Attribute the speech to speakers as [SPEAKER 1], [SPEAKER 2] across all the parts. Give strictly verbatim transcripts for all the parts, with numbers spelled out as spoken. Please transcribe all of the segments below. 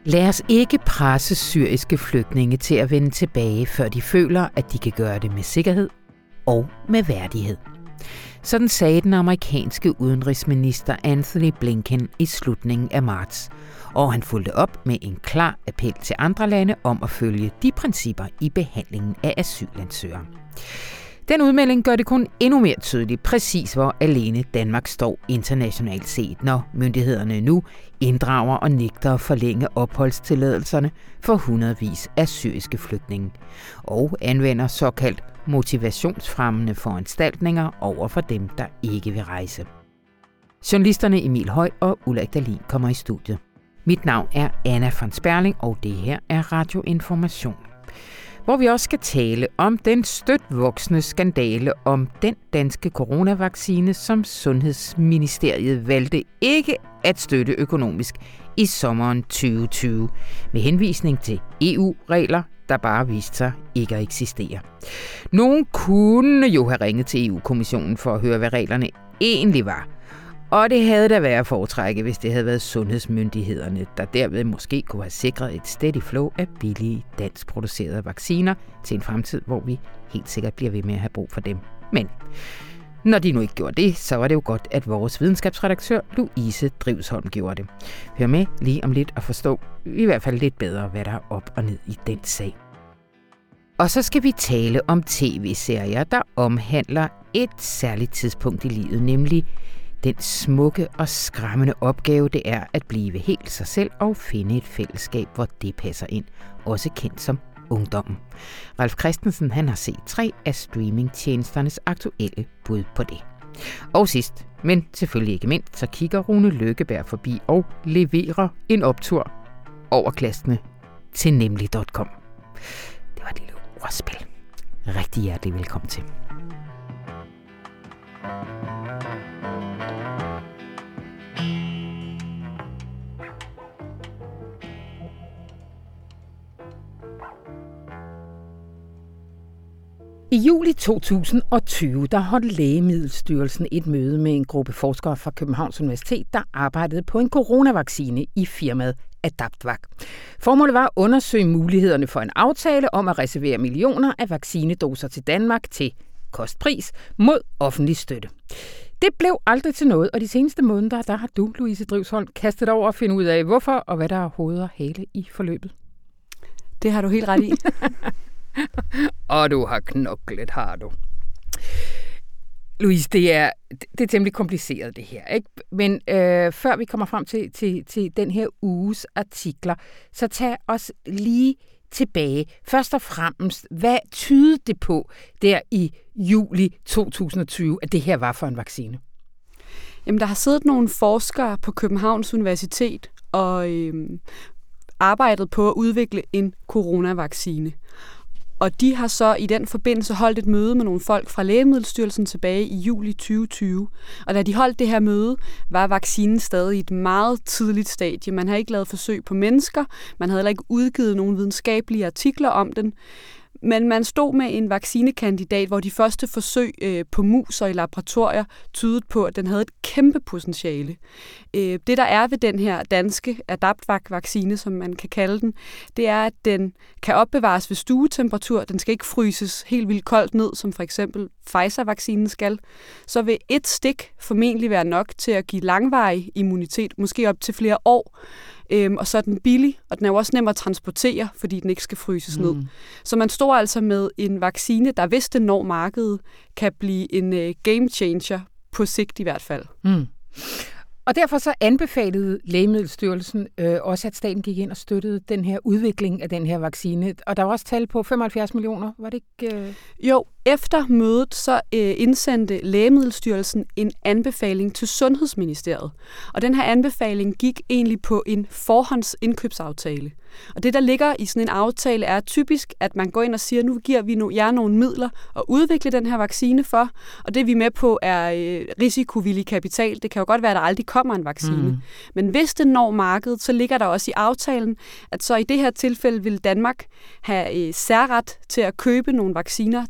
[SPEAKER 1] Lad os ikke presse syriske flygtninge til at vende tilbage, før de føler, at de kan gøre det med sikkerhed og med værdighed. Sådan sagde den amerikanske udenrigsminister Antony Blinken i slutningen af marts, og han fulgte op med en klar appel til andre lande om at følge de principper i behandlingen af asylansøgere. Den udmelding gør det kun endnu mere tydeligt, præcis hvor alene Danmark står internationalt set, når myndighederne nu inddrager og nægter at forlænge opholdstilladelserne for hundredvis af syriske flygtninge, og anvender såkaldt motivationsfremmende foranstaltninger over for dem, der ikke vil rejse. Journalisterne Emil Høj og Ulrik Dahlin kommer i studiet. Mit navn er Anna von Sperling, og det her er Radio Information, hvor vi også skal tale om den støt voksende skandale om den danske coronavaccine, som Sundhedsministeriet valgte ikke at støtte økonomisk i sommeren tyve tyve, med henvisning til E U-regler, der bare viste sig ikke at eksistere. Nogen kunne jo have ringet til E U-kommissionen for at høre, hvad reglerne egentlig var. Og det havde da været at foretrække, hvis det havde været sundhedsmyndighederne, der derved måske kunne have sikret et steady flow af billige danskproducerede vacciner til en fremtid, hvor vi helt sikkert bliver ved med at have brug for dem. Men når de nu ikke gjorde det, så var det jo godt, at vores videnskabsredaktør Louise Drivsholm gjorde det. Hør med lige om lidt og forstå i hvert fald lidt bedre, hvad der er op og ned i den sag. Og så skal vi tale om tv-serier, der omhandler et særligt tidspunkt i livet, nemlig den smukke og skræmmende opgave, det er at blive helt sig selv og finde et fællesskab, hvor det passer ind, også kendt som ungdommen. Ralf Christensen han har set tre af streamingtjenesternes aktuelle bud på det. Og sidst, men selvfølgelig ikke mindst, så kigger Rune Løkkeberg forbi og leverer en optur over klassene til nemlig punktum com. Det var et lille ordspil. Rigtig hjertelig velkommen til. I juli to tusind og tyve der holdt Lægemiddelstyrelsen et møde med en gruppe forskere fra Københavns Universitet, der arbejdede på en coronavaccine i firmaet AdaptVac. Formålet var at undersøge mulighederne for en aftale om at reservere millioner af vaccinedoser til Danmark til kostpris mod offentlig støtte. Det blev aldrig til noget, og de seneste måneder der har du, Louise Drivsholm, kastet over at finde ud af, hvorfor og hvad der er hoved og hale i forløbet.
[SPEAKER 2] Det har du helt ret i.
[SPEAKER 1] Og du har knoklet, har du. Louise, det er, det er temmelig kompliceret det her, ikke? Men øh, før vi kommer frem til, til, til den her uges artikler, så tag os lige tilbage. Først og fremmest, hvad tydede det på der i juli to tusind og tyve, at det her var for en vaccine?
[SPEAKER 2] Jamen, der har siddet nogle forskere på Københavns Universitet og øh, arbejdet på at udvikle en coronavaccine. Og de har så i den forbindelse holdt et møde med nogle folk fra Lægemiddelstyrelsen tilbage i juli tyve tyve. Og da de holdt det her møde, var vaccinen stadig i et meget tidligt stadie. Man havde ikke lavet forsøg på mennesker, man havde heller ikke udgivet nogle videnskabelige artikler om den. Men man stod med en vaccinekandidat, hvor de første forsøg øh, på mus og i laboratorier tydede på, at den havde et kæmpe potentiale. Øh, det, der er ved den her danske AdaptVac-vaccine, som man kan kalde den, det er, at den kan opbevares ved stuetemperatur. Den skal ikke fryses helt vildt koldt ned, som for eksempel Pfizer-vaccinen skal. Så vil et stik formentlig være nok til at give langvarig immunitet, måske op til flere år. Øhm, og så er den billig, og den er jo også nem at transportere, fordi den ikke skal fryses mm. ned. Så man står altså med en vaccine, der hvis den når markedet, kan blive en uh, game changer, på sigt i hvert fald. Mm.
[SPEAKER 1] Og derfor så anbefalede Lægemiddelstyrelsen øh, også, at staten gik ind og støttede den her udvikling af den her vaccine. Og der var også tal på femoghalvfjerds millioner, var det ikke? Øh...
[SPEAKER 2] Jo, efter mødet så øh, indsendte Lægemiddelstyrelsen en anbefaling til Sundhedsministeriet. Og den her anbefaling gik egentlig på en forhåndsindkøbsaftale. Og det, der ligger i sådan en aftale, er typisk, at man går ind og siger, nu giver vi no- jer nogle midler at udvikle den her vaccine for, og det vi er med på er øh, risikovillig kapital. Det kan jo godt være, at der aldrig kommer en vaccine. Mm. Men hvis den når markedet, så ligger der også i aftalen, at så i det her tilfælde vil Danmark have øh, særret til at købe nogle vacciner til kostpris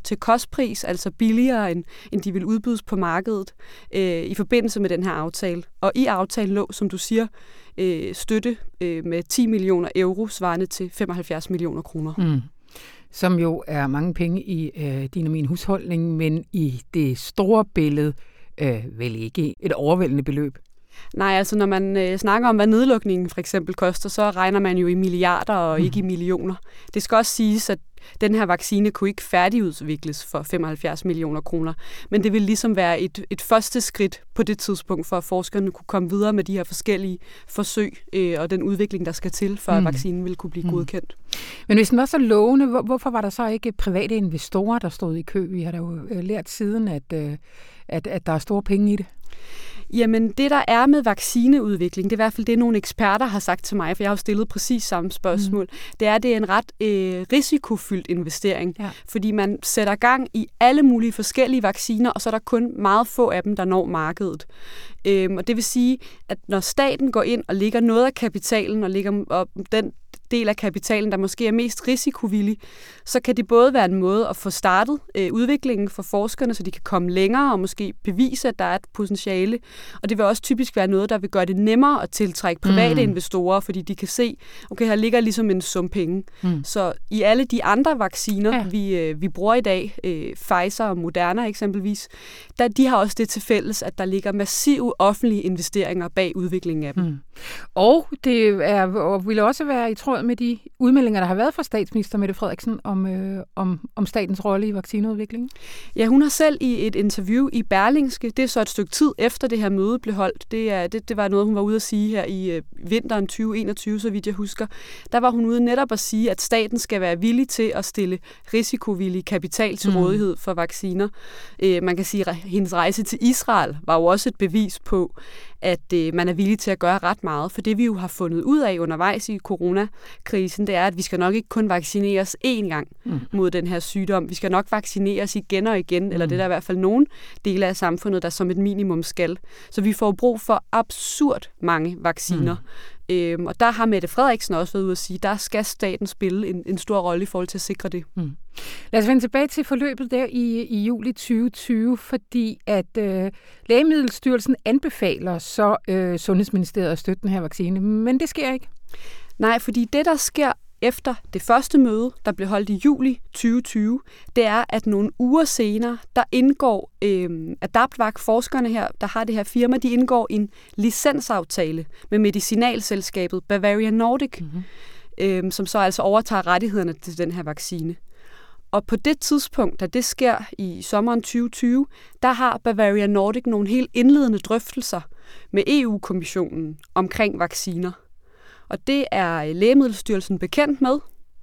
[SPEAKER 2] kostpris, altså billigere end, end de vil udbydes på markedet øh, i forbindelse med den her aftale. Og i aftalen lå, som du siger, øh, støtte øh, med ti millioner euro, svarende til femoghalvfjerds millioner kroner.
[SPEAKER 3] Mm. Som jo er mange penge i øh, din og min husholdning, men i det store billede øh, vel ikke et overvældende beløb.
[SPEAKER 2] Nej, altså når man øh, snakker om, hvad nedlukningen for eksempel koster, så regner man jo i milliarder og ikke i millioner. Det skal også siges, at den her vaccine kunne ikke færdigudvikles for femoghalvfjerds millioner kroner, men det vil ligesom være et, et første skridt på det tidspunkt, for at forskerne kunne komme videre med de her forskellige forsøg øh, og den udvikling, der skal til, for
[SPEAKER 3] mm.
[SPEAKER 2] at vaccinen ville kunne blive mm. godkendt.
[SPEAKER 3] Men hvis den var så lovende, hvor, hvorfor var der så ikke private investorer, der stod i kø? Vi har da jo lært siden, at, at, at der er store penge i det.
[SPEAKER 2] Jamen, det der er med vaccineudvikling, det er i hvert fald det, nogle eksperter har sagt til mig, for jeg har jo stillet præcis samme spørgsmål, mm. det er, det er en ret øh, risikofyldt investering, ja. Fordi man sætter gang i alle mulige forskellige vacciner, og så er der kun meget få af dem, der når markedet. Øhm, og det vil sige, at når staten går ind og lægger noget af kapitalen, og lægger og den del af kapitalen, der måske er mest risikovillig, så kan det både være en måde at få startet øh, udviklingen for forskerne, så de kan komme længere og måske bevise, at der er et potentiale. Og det vil også typisk være noget, der vil gøre det nemmere at tiltrække private mm. investorer, fordi de kan se, okay, her ligger ligesom en sum penge. Mm. Så i alle de andre vacciner, ja. vi, øh, vi bruger i dag, øh, Pfizer og Moderna eksempelvis, der, de har også det til fælles, at der ligger massive offentlige investeringer bag udviklingen af dem. Mm.
[SPEAKER 3] Og det er, og vil også være i tråd med de udmeldinger, der har været fra statsminister Mette Frederiksen om, øh, om, om statens rolle i vaccineudviklingen?
[SPEAKER 2] Ja, hun har selv i et interview i Berlingske, det er så et stykke tid efter det her møde blev holdt, det, er, det, det var noget, hun var ude at sige her i øh, vinteren tyve enogtyve, så vidt jeg husker. Der var hun ude netop at sige, at staten skal være villig til at stille risikovillig kapital til mm. rådighed for vacciner. Øh, man kan sige, at hendes rejse til Israel var jo også et bevis på, at øh, man er villig til at gøre ret meget. For det vi jo har fundet ud af undervejs i coronakrisen, det er, at vi skal nok ikke kun vaccineres én gang mm. mod den her sygdom. Vi skal nok vaccineres igen og igen, mm. eller det er der i hvert fald nogle dele af samfundet, der som et minimum skal. Så vi får brug for absurd mange vacciner. Mm. Øhm, og der har Mette Frederiksen også været ude at sige, der skal staten spille en, en stor rolle i forhold til at sikre det. Mm.
[SPEAKER 3] Lad os vende tilbage til forløbet der i, i juli tyve tyve, fordi at øh, Lægemiddelstyrelsen anbefaler så øh, Sundhedsministeriet at støtte den her vaccine, men det sker ikke.
[SPEAKER 2] Nej, fordi det, der sker efter det første møde, der blev holdt i juli tyve tyve, det er, at nogle uger senere, der indgår øh, AdaptVac, forskerne her, der har det her firma, de indgår en licensaftale med medicinalselskabet Bavarian Nordic, mm-hmm. øh, som så altså overtager rettighederne til den her vaccine. Og på det tidspunkt, da det sker i sommeren tyve tyve, der har Bavarian Nordic nogle helt indledende drøftelser med E U-kommissionen omkring vacciner. Og det er Lægemiddelstyrelsen bekendt med.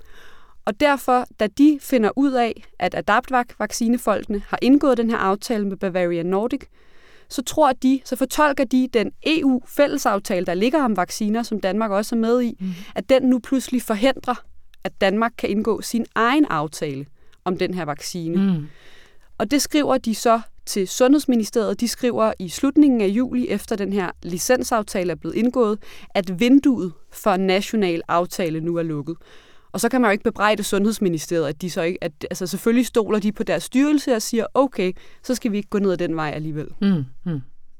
[SPEAKER 2] Og derfor, da de finder ud af, at AdaptVac, vaccinefolkene, har indgået den her aftale med Bavarian Nordic, så tror de, så fortolker de den E U-fællesaftale, der ligger om vacciner, som Danmark også er med i, mm. at den nu pludselig forhindrer, at Danmark kan indgå sin egen aftale om den her vaccine. Mm. Og det skriver de så til Sundhedsministeriet. De skriver i slutningen af juli, efter den her licensaftale er blevet indgået, at vinduet for en national aftale nu er lukket. Og så kan man jo ikke bebrejde Sundhedsministeriet, at de så ikke, at, altså selvfølgelig stoler de på deres styrelse og siger, okay, så skal vi ikke gå ned ad den vej alligevel. Mm. Mm.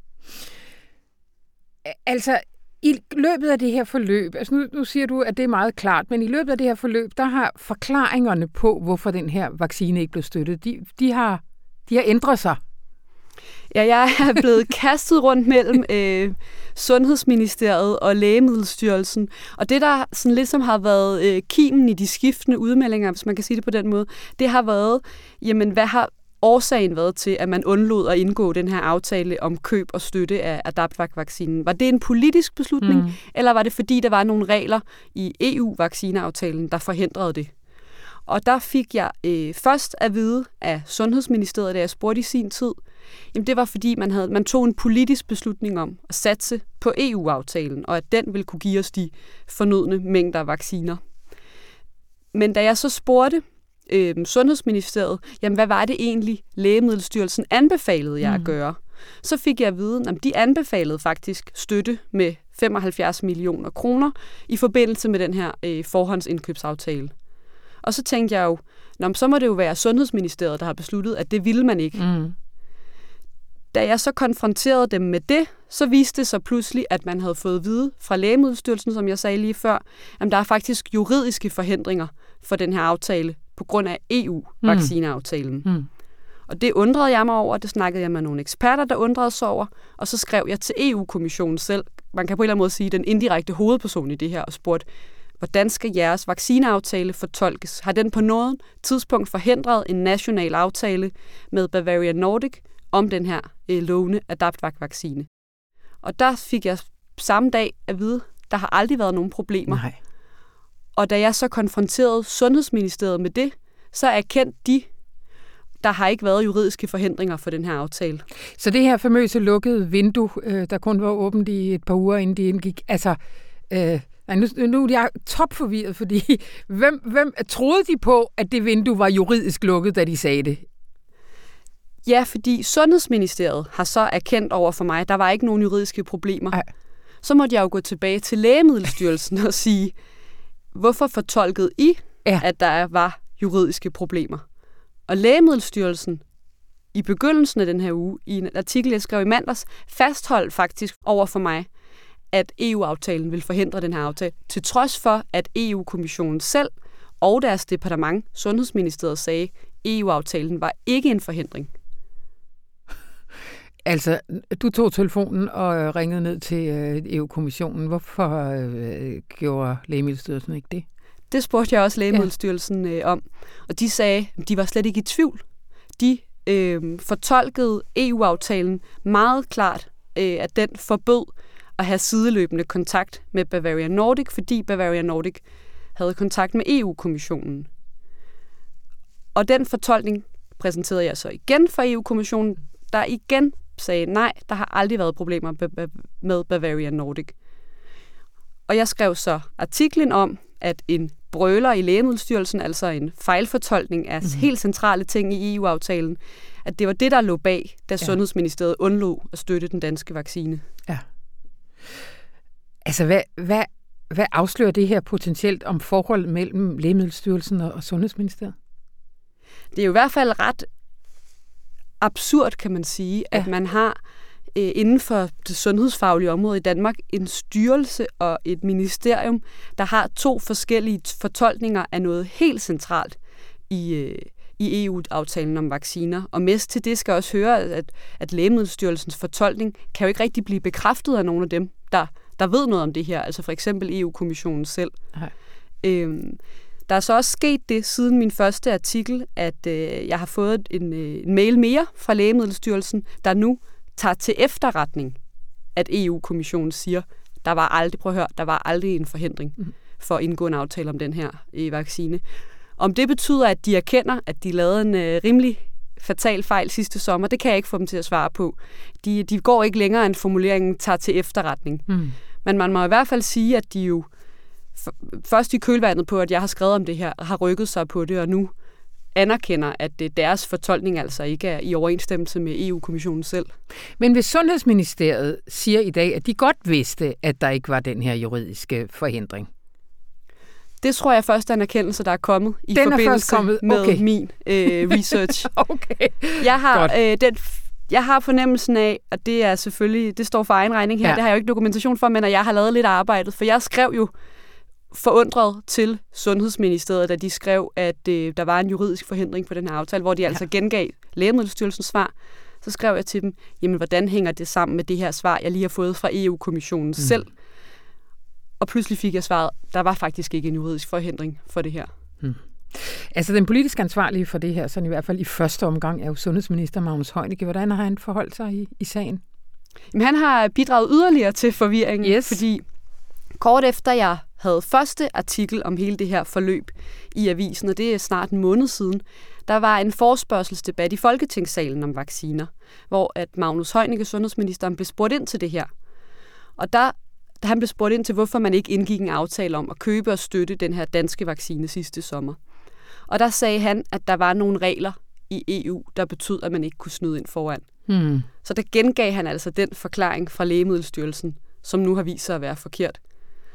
[SPEAKER 3] Altså, i løbet af det her forløb, altså nu, nu siger du, at det er meget klart, men i løbet af det her forløb, der har forklaringerne på, hvorfor den her vaccine ikke blev støttet, de, de, har, de har ændret sig.
[SPEAKER 2] Ja, jeg er blevet kastet rundt mellem øh, Sundhedsministeriet og Lægemiddelstyrelsen, og det, der sådan lidt som har været øh, kimen i de skiftende udmeldinger, hvis man kan sige det på den måde, det har været, jamen hvad har årsagen været til, at man undlod at indgå den her aftale om køb og støtte af AdaptVac-vaccinen? Var det en politisk beslutning, mm. eller var det fordi, der var nogle regler i E U-vaccineaftalen, der forhindrede det? Og der fik jeg øh, først at vide af Sundhedsministeriet, da jeg spurgte i sin tid, jamen det var fordi, man, havde, man tog en politisk beslutning om at satse på E U-aftalen, og at den ville kunne give os de fornødne mængder af vacciner. Men da jeg så spurgte øh, Sundhedsministeriet, jamen hvad var det egentlig, Lægemiddelstyrelsen anbefalede jeg at gøre? Så fik jeg at vide, at de anbefalede faktisk støtte med femoghalvfjerds millioner kroner i forbindelse med den her øh, forhåndsindkøbsaftale. Og så tænkte jeg jo, nå, så må det jo være Sundhedsministeriet, der har besluttet, at det ville man ikke.
[SPEAKER 3] Mm.
[SPEAKER 2] Da jeg så konfronterede dem med det, så viste det sig pludselig, at man havde fået at vide fra Lægemiddelstyrelsen, som jeg sagde lige før, at der er faktisk juridiske forhindringer for den her aftale på grund af E U-vaccineaftalen.
[SPEAKER 3] Mm.
[SPEAKER 2] Og det undrede jeg mig over, det snakkede jeg med nogle eksperter, der undrede sig over, og så skrev jeg til E U-kommissionen selv, man kan på en eller anden måde sige, den indirekte hovedperson i det her, og spurgte, hvordan skal jeres vaccineaftale fortolkes? Har den på noget tidspunkt forhindret en national aftale med Bavarian Nordic om den her øh, lovende Adaptvac-vaccine? Og der fik jeg samme dag at vide, der har aldrig været nogen problemer.
[SPEAKER 3] Nej.
[SPEAKER 2] Og da jeg så konfronterede Sundhedsministeriet med det, så erkendte de, der har ikke været juridiske forhindringer for den her aftale.
[SPEAKER 3] Så det her famøse lukkede vindue, øh, der kun var åbent i et par uger, inden de indgik, altså, øh, nu, nu er jeg topforvirret, fordi hvem, hvem troede de på, at det vindue var juridisk lukket, da de sagde det?
[SPEAKER 2] Ja, fordi Sundhedsministeriet har så erkendt over for mig, at der var ikke nogen juridiske problemer.
[SPEAKER 3] Ej.
[SPEAKER 2] Så måtte jeg jo gå tilbage til Lægemiddelstyrelsen og sige, hvorfor fortolkede I,
[SPEAKER 3] ja.
[SPEAKER 2] at der var juridiske problemer? Og Lægemiddelstyrelsen i begyndelsen af den her uge, i en artikel, jeg skrev i mandags, fastholdt faktisk over for mig, at E U-aftalen vil forhindre den her aftale, til trods for, at E U-kommissionen selv og deres departement, Sundhedsministeriet, sagde, at E U-aftalen var ikke en forhindring.
[SPEAKER 3] Altså, du tog telefonen og ringede ned til E U-kommissionen. Hvorfor øh, gjorde Lægemiddelstyrelsen ikke det?
[SPEAKER 2] Det spurgte jeg også Lægemiddelstyrelsen øh, om, og de sagde, at de var slet ikke i tvivl. De øh, fortolkede E U-aftalen meget klart, øh, at den forbød at have sideløbende kontakt med Bavarian Nordic, fordi Bavarian Nordic havde kontakt med E U-kommissionen. Og den fortolkning præsenterede jeg så igen for E U-kommissionen, der igen sagde, nej, der har aldrig været problemer med Bavarian Nordic. Og jeg skrev så artiklen om, at en brøler i Lægemiddelstyrelsen, altså en fejlfortolkning af mm-hmm. helt centrale ting i E U-aftalen, at det var det, der lå bag, da ja. Sundhedsministeriet undlod at støtte den danske vaccine.
[SPEAKER 3] Ja. Altså, hvad, hvad, hvad afslører det her potentielt om forholdet mellem Lægemiddelstyrelsen og Sundhedsministeriet?
[SPEAKER 2] Det er jo i hvert fald ret absurd, kan man sige, ja. At man har øh, inden for det sundhedsfaglige område i Danmark en styrelse og et ministerium, der har to forskellige fortolkninger af noget helt centralt i, øh, i E U-aftalen om vacciner. Og mest til det skal også høre, at, at Lægemiddelstyrelsens fortolkning kan jo ikke rigtig blive bekræftet af nogle af dem, der, der ved noget om det her, altså for eksempel E U-kommissionen selv. Øhm, Der er så også sket det siden min første artikel, at øh, jeg har fået en, øh, en mail mere fra Lægemiddelstyrelsen, der nu tager til efterretning, at E U-kommissionen siger, der var aldrig, prøv at høre, der var aldrig en forhindring for at indgå en aftale om den her øh, vaccine. Om det betyder, at de erkender, at de lavede en øh, rimelig fatal fejl sidste sommer, det kan jeg ikke få dem til at svare på. De, de går ikke længere, end formuleringen tager til efterretning. Mm. Men man må i hvert fald sige, at de jo først i kølvandet på, at jeg har skrevet om det her, har rykket sig på det, og nu anerkender, at deres fortolkning altså ikke er i overensstemmelse med E U-kommissionen selv.
[SPEAKER 3] Men hvis Sundhedsministeriet siger i dag, at de godt vidste, at der ikke var den her juridiske forhindring?
[SPEAKER 2] Det tror jeg først er en erkendelse, der er kommet i
[SPEAKER 3] den
[SPEAKER 2] forbindelse
[SPEAKER 3] kommet.
[SPEAKER 2] med
[SPEAKER 3] Okay.
[SPEAKER 2] min øh, research.
[SPEAKER 3] Okay.
[SPEAKER 2] Jeg har, øh, den, jeg har fornemmelsen af, og det er selvfølgelig, det står for egen regning her, ja. Det har jeg jo ikke dokumentation for, men at jeg har lavet lidt arbejdet, for jeg skrev jo forundret til Sundhedsministeriet, da de skrev, at øh, der var en juridisk forhindring på den her aftale, hvor de ja. altså gengav Lægemiddelstyrelsens svar. Så skrev jeg til dem, jamen hvordan hænger det sammen med det her svar, jeg lige har fået fra E U-kommissionen mm. selv? Og pludselig fik jeg svaret, der var faktisk ikke en juridisk forhindring for det her.
[SPEAKER 3] Mm. Altså den politisk ansvarlige for det her, sådan i hvert fald i første omgang, er jo sundhedsminister Magnus Heunicke. Hvordan har han forholdt sig i, i sagen?
[SPEAKER 2] Jamen, han har bidraget yderligere til forvirringen,
[SPEAKER 3] yes.
[SPEAKER 2] fordi kort efter jeg havde første artikel om hele det her forløb i avisen, og det er snart en måned siden, der var en forespørgselsdebat i Folketingssalen om vacciner, hvor at Magnus Heunicke, sundhedsministeren, blev spurgt ind til det her. Og der, da han blev spurgt ind til, hvorfor man ikke indgik en aftale om at købe og støtte den her danske vaccine sidste sommer. Og der sagde han, at der var nogle regler i E U, der betød, at man ikke kunne snyde ind foran. Hmm. Så der gengav han altså den forklaring fra Lægemiddelstyrelsen, som nu har vist sig at være forkert.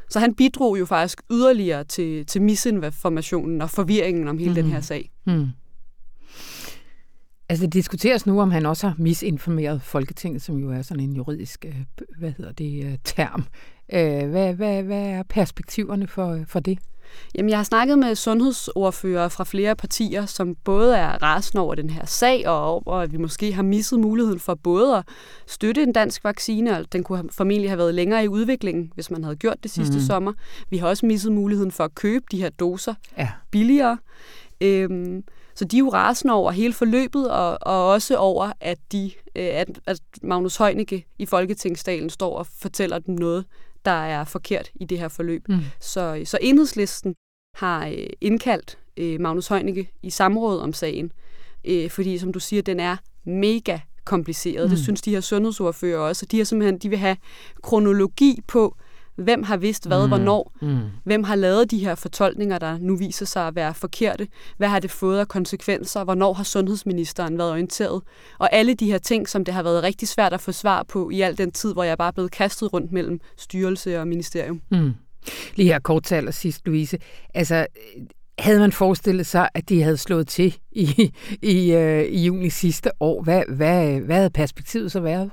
[SPEAKER 2] Så han bidrog jo faktisk yderligere til, til misinformationen og forvirringen om hele mm. den her sag.
[SPEAKER 3] Mm. Altså det diskuteres nu, om han også har misinformeret Folketinget, som jo er sådan en juridisk, hvad hedder det, term. Hvad, hvad, hvad er perspektiverne for, for det?
[SPEAKER 2] Jamen, jeg har snakket med sundhedsordførere fra flere partier, som både er rasende over den her sag, og over, at vi måske har misset muligheden for både at støtte en dansk vaccine, og den kunne formentlig have været længere i udviklingen, hvis man havde gjort det sidste mm. sommer. Vi har også misset muligheden for at købe de her doser ja. billigere. Øhm, så de er jo rasende over hele forløbet, og, og også over, at, de, at, at Magnus Heunicke i Folketingssalen står og fortæller dem noget, der er forkert i det her forløb. Mm. Så, så Enhedslisten har øh, indkaldt øh, Magnus Heunicke i samråd om sagen, øh, fordi, som du siger, den er mega kompliceret. Mm. Det synes de her sundhedsordfører også. De, har simpelthen, de vil have kronologi på, hvem har vidst hvad, mm. hvornår, mm. hvem har lavet de her fortolkninger, der nu viser sig at være forkerte, hvad har det fået af konsekvenser, hvornår har sundhedsministeren været orienteret, og alle de her ting, som det har været rigtig svært at få svar på i al den tid, hvor jeg bare er blevet kastet rundt mellem styrelse og ministerium.
[SPEAKER 3] Mm. Lige her kort til allersidst, Louise. Altså, havde man forestillet sig, at de havde slået til i, i, øh, i juni sidste år? Hvad, hvad, hvad havde perspektivet så været?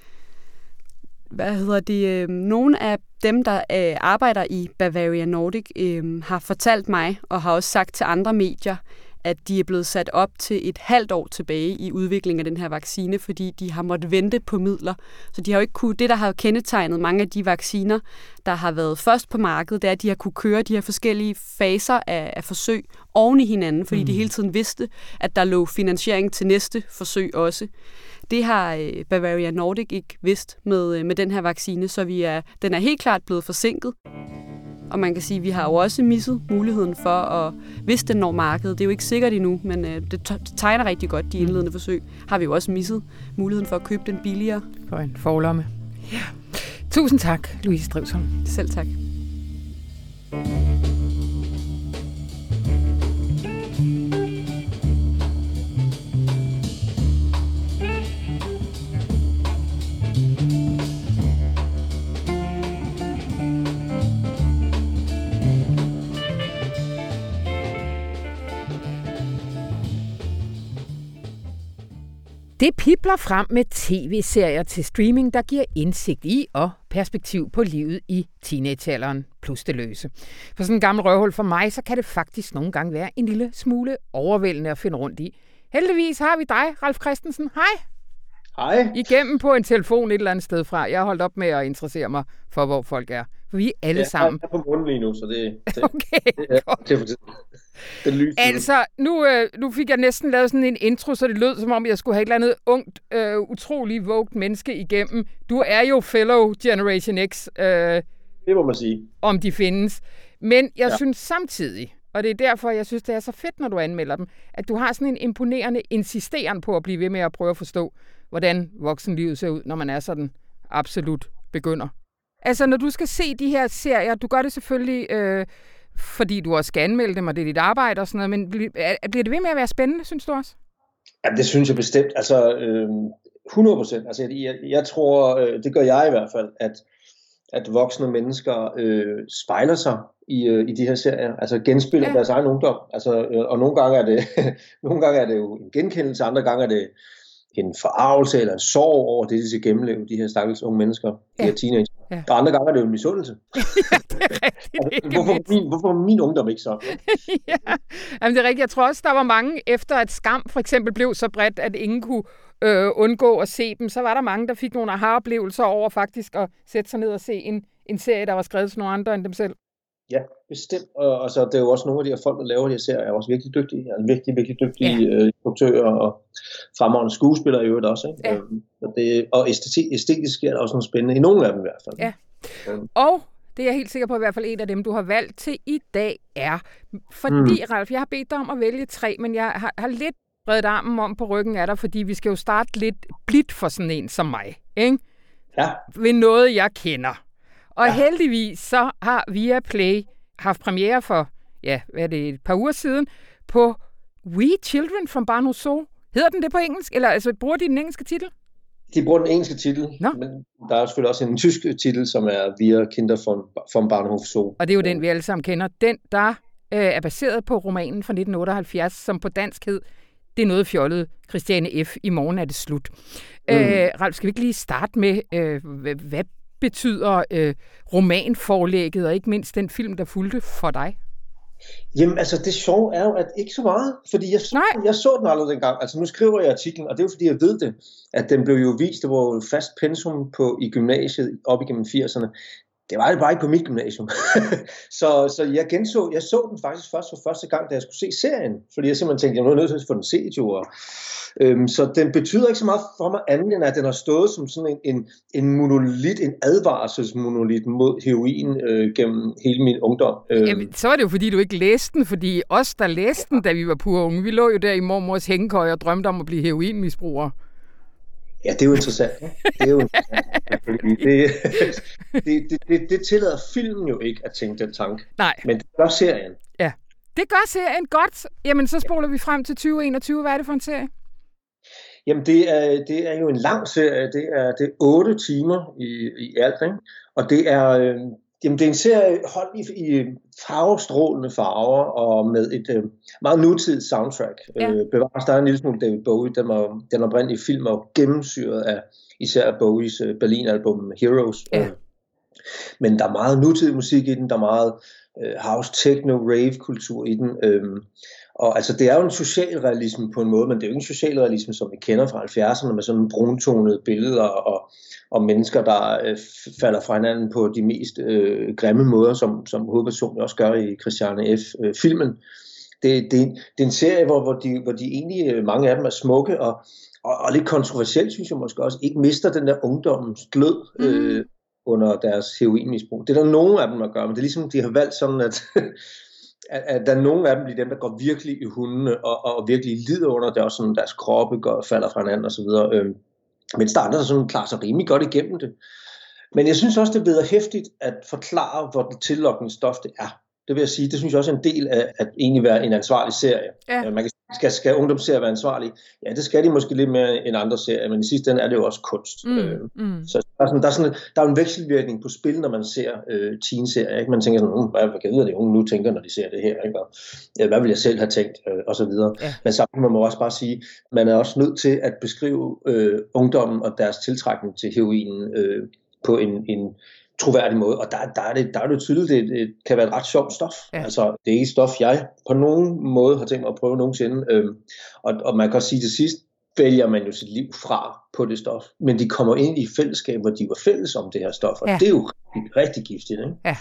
[SPEAKER 2] Hvad hedder det? Nogle af dem, der øh, arbejder i Bavarian Nordic, øh, har fortalt mig, og har også sagt til andre medier, at de er blevet sat op til et halvt år tilbage i udviklingen af den her vaccine, fordi de har måttet vente på midler. Så de har jo ikke kunne, det, der har kendetegnet mange af de vacciner, der har været først på markedet, det er, at de har kunne køre de her forskellige faser af, af forsøg oven i hinanden, fordi mm. de hele tiden vidste, at der lå finansiering til næste forsøg også. Det har øh, Bavarian Nordic ikke vidst med, øh, med den her vaccine, så vi er, den er helt klart blevet forsinket. Og man kan sige, at vi har jo også misset muligheden for, at, hvis den når markedet, det er jo ikke sikkert endnu, men øh, det tegner rigtig godt, de indledende forsøg, har vi jo også misset muligheden for at købe den billigere.
[SPEAKER 3] For en forlomme. Ja. Tusind tak, Louise Drivsholm.
[SPEAKER 2] Selv tak.
[SPEAKER 3] Det pibler frem med tv-serier til streaming, der giver indsigt i og perspektiv på livet i teenagealderen plus det løse. For sådan en gammel røvhul for mig, så kan det faktisk nogle gange være en lille smule overvældende at finde rundt i. Heldigvis har vi dig, Ralf Christensen. Hej!
[SPEAKER 4] Hej!
[SPEAKER 3] Igennem på en telefon et eller andet sted fra. Jeg har holdt op med at interessere mig for, hvor folk er. For vi er alle ja, sammen.
[SPEAKER 4] Jeg er på munden lige nu, så det, det,
[SPEAKER 3] okay,
[SPEAKER 4] det er det er det lyser.
[SPEAKER 3] Altså, nu, øh, nu fik jeg næsten lavet sådan en intro, så det lød, som om jeg skulle have et eller andet ungt, øh, utrolig vogt menneske igennem. Du er jo fellow Generation X. Øh,
[SPEAKER 4] det må man sige.
[SPEAKER 3] Om de findes. Men jeg ja. synes samtidig, og det er derfor, jeg synes, det er så fedt, når du anmelder dem, at du har sådan en imponerende insisteren på at blive ved med at prøve at forstå, hvordan voksenlivet ser ud, når man er sådan absolut begynder. Altså, når du skal se de her serier, du gør det selvfølgelig, øh, fordi du også skal anmelde dem, og det er dit arbejde og sådan noget, men bliver det ved med at være spændende, synes du også?
[SPEAKER 4] Ja, det synes jeg bestemt. Altså, øh, hundrede procent. Altså, jeg, jeg tror, øh, det gør jeg i hvert fald, at, at voksne mennesker øh, spejler sig i, øh, i de her serier, altså genspiller ja. deres egen ungdom. Altså, øh, og nogle gange, er det, nogle gange er det jo en genkendelse, andre gange er det en forarvelse eller en sorg over det, de skal gennemleve, de her stakkels unge mennesker, de ja. her teenager. Ja. Og andre gange er det jo en misundelse.
[SPEAKER 3] ja, det er rigtigt.
[SPEAKER 4] hvorfor, min, hvorfor er min ungdom ikke så?
[SPEAKER 3] ja, Jamen, det er rigtigt. Jeg tror også, der var mange, efter at Skam for eksempel blev så bredt, at ingen kunne øh, undgå at se dem, så var der mange, der fik nogle aha-oplevelser over faktisk at sætte sig ned og se en, en serie, der var skrevet til nogle andre end dem selv.
[SPEAKER 4] Ja, bestemt. Og, og så det er jo også nogle af de her folk, der laver de her serier, er også virkelig dygtige. Altså virkelig, virkelig dygtige ja. øh, instruktører og fremragende skuespillere i øvrigt også. Ikke? Ja. Øhm, og det, og æstetik, æstetisk er der også noget spændende, i nogle af dem i hvert fald.
[SPEAKER 3] Ja. Øhm. Og det er jeg helt sikker på, at i hvert fald en af dem, du har valgt til i dag er. Fordi, mm. Ralf, jeg har bedt dig om at vælge tre, men jeg har, har lidt bredt armen om på ryggen af dig, fordi vi skal jo starte lidt blidt for sådan en som mig. Ikke?
[SPEAKER 4] Ja.
[SPEAKER 3] Ved noget, jeg kender. Og ja. heldigvis så har Viaplay haft premiere for, ja, hvad er det, et par uger siden, på We Children from Barno Zoo. Hedder den det på engelsk? Eller altså, bruger de den engelske titel?
[SPEAKER 4] De bruger den engelske titel,
[SPEAKER 3] Nå.
[SPEAKER 4] men der er selvfølgelig også en tysk titel, som er Wir Kinder von, von Bahnhof Zoo.
[SPEAKER 3] Og det er jo den, vi alle sammen kender. Den, der øh, er baseret på romanen fra nitten otteoghalvfjerds, som på dansk hed Det er noget fjollet, Christiane F. I morgen er det slut. Mm. Øh, Ralf, skal vi ikke lige starte med, øh, hvad, hvad betyder øh, romanforlægget, og ikke mindst den film, der fulgte for dig?
[SPEAKER 4] Jamen, altså det sjove er jo, at ikke så meget, fordi jeg så, jeg så den aldrig dengang. Altså nu skriver jeg artiklen, og det er jo fordi, jeg ved det, at den blev jo vist, det var jo fast pensum på, i gymnasiet op igennem firserne. Det var det bare ikke på mit gymnasium. så, så jeg genså, jeg så den faktisk først for første gang, da jeg skulle se serien, fordi jeg simpelthen tænkte, jeg var nødt til at få den set jo. Og, øhm, så den betyder ikke så meget for mig andet, end at den har stået som sådan en, en, en monolit, en advarselsmonolit mod heroin øh, gennem hele min ungdom. Øhm.
[SPEAKER 3] Jamen, så var det jo fordi, du ikke læste den, fordi os, der læste den, da vi var pure unge, vi lå jo der i mormors hængekøj og drømte om at blive heroinmisbrugere.
[SPEAKER 4] Ja, det er jo interessant. Det er jo interessant. Det, det, det, det, det tillader filmen jo ikke at tænke den tanke.
[SPEAKER 3] Nej.
[SPEAKER 4] Men det gør serien.
[SPEAKER 3] Ja, det gør serien godt. Jamen, så spoler vi frem til tyve enogtyve. Hvad er det for en serie?
[SPEAKER 4] Jamen, det er, det er jo en lang serie. Det er, det er otte timer i, i alt, ikke? Og det er, øh, jamen, det er en serie holdt i, i farvestrålende farver og med et øh, meget nutidigt soundtrack. Ja. Øh, bevares, der er en lille smule David Bowie. Den, var, den oprindelige film var gennemsyret af især Bowies øh, Berlin-album Heroes. Ja. Øh, men der er meget nutidig musik i den. Der er meget øh, house, techno, rave-kultur i den. Øh, og altså, det er jo en socialrealisme på en måde, men det er jo ikke en socialrealisme, som vi kender fra halvfjerdserne, med sådan bruntonede billeder og, og mennesker, der øh, falder fra hinanden på de mest øh, grimme måder, som, som hovedpersonen også gør i Christiane F.-filmen. Øh, det, det, det er en serie, hvor, hvor, de, hvor de egentlig, mange af dem er smukke, og, og, og lidt kontroversielt, synes jeg måske også, ikke mister den der ungdommens glød øh, mm. under deres heroinmisbrug. Det er der nogen af dem, der gør, men det er ligesom, de har valgt sådan, at... at, at der er nogle af dem, bliver dem, der går virkelig i hundene, og, og virkelig lider under det, også sådan, deres kroppe går, falder fra hinanden, og så videre. Øhm, men der andre, der sådan klarer sig rimelig godt igennem det. Men jeg synes også, det er bedre hæftigt at forklare, hvor det tillokkende stof det er. Det vil jeg sige, det synes jeg også er en del af at egentlig være en ansvarlig serie. Ja. Man kan, skal, skal ungdomsserier være ansvarlige? Ja, det skal de måske lidt mere end andre serier, men i sidste ende er det jo også kunst. Mm, øh, mm. Så der er, sådan, der, er sådan, der er en vekselvirkning på spil, når man ser øh, teen-serier. Ikke? Man tænker sådan, uh, hvad, hvad kan jeg vide, at de unge nu tænker, når de ser det her? Ikke? Og, ja, hvad vil jeg selv have tænkt? Øh, og så videre. Ja. Men samtidig må man også bare sige, man er også nødt til at beskrive øh, ungdommen og deres tiltrækning til heroinen øh, på en... en troværdig måde, og der, der, er det, der er det tydeligt, det, det kan være et ret sjovt stof. Ja. Altså, det er ikke stof, jeg på nogen måde har tænkt mig at prøve nogensinde. Øhm, og, og man kan også sige til sidst, vælger man jo sit liv fra på det stof. Men de kommer ind i fællesskab, hvor de var fælles om det her stof, og ja. Det er jo rigtig, rigtig giftigt. Ikke? Ja.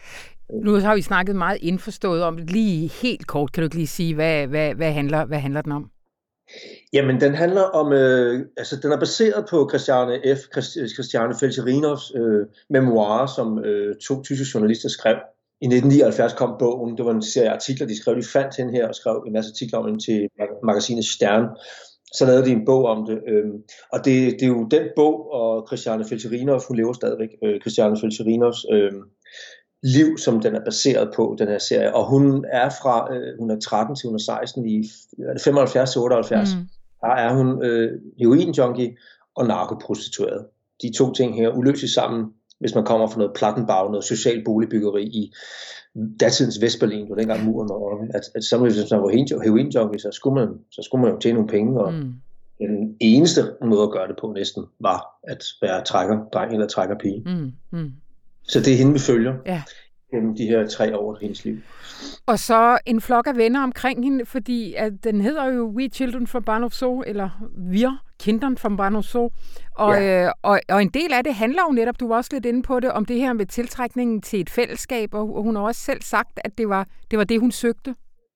[SPEAKER 3] Nu har vi snakket meget indforstået om det. Lige helt kort, kan du ikke lige sige, hvad, hvad, hvad, handler, hvad handler den om?
[SPEAKER 4] Jamen, den handler om, øh, altså den er baseret på Christiane F. Christiane Felcherinovs øh, memoirer, som øh, to tyske journalister skrev. I nitten nioghalvfjerds kom bogen, det var en serie artikler, de skrev, de fandt hende her og skrev en masse artikler om hende til magasinet Stern. Så lavede de en bog om det, øh, og det, det er jo den bog, og Christiane Felcherinov, hun lever stadigvæk, øh, Christiane Felcherinovs øh, liv, som den er baseret på, den her serie. Og hun er fra, øh, hun er tretten til hun er seksten, i femoghalvfjerds til otteoghalvfjerds. Mm. Der er hun øh, heroin-junkie og narkoprostitueret. De to ting her uløseligt sammen, hvis man kommer fra noget Plattenbau, noget social boligbyggeri i datidens Vestberlin, hvor dengang muren var oppe. At, at så, hvis man var heroin-junkie, så skulle man, så skulle man jo tjene nogle penge, og mm. den eneste måde at gøre det på næsten, var at være trækker, dreng eller trækker pige. Mm. Mm. Så det er hende, vi følger ja. Gennem de her tre år af hendes liv.
[SPEAKER 3] Og så en flok af venner omkring hende, fordi at den hedder jo We Children from Bahnhof Zoo, eller Wir Kindern from Bahnhof Zoo. Og, ja. øh, og, og en del af det handler jo netop, du var også lidt inde på det, om det her med tiltrækningen til et fællesskab, og hun har også selv sagt, at det var det, var det hun søgte.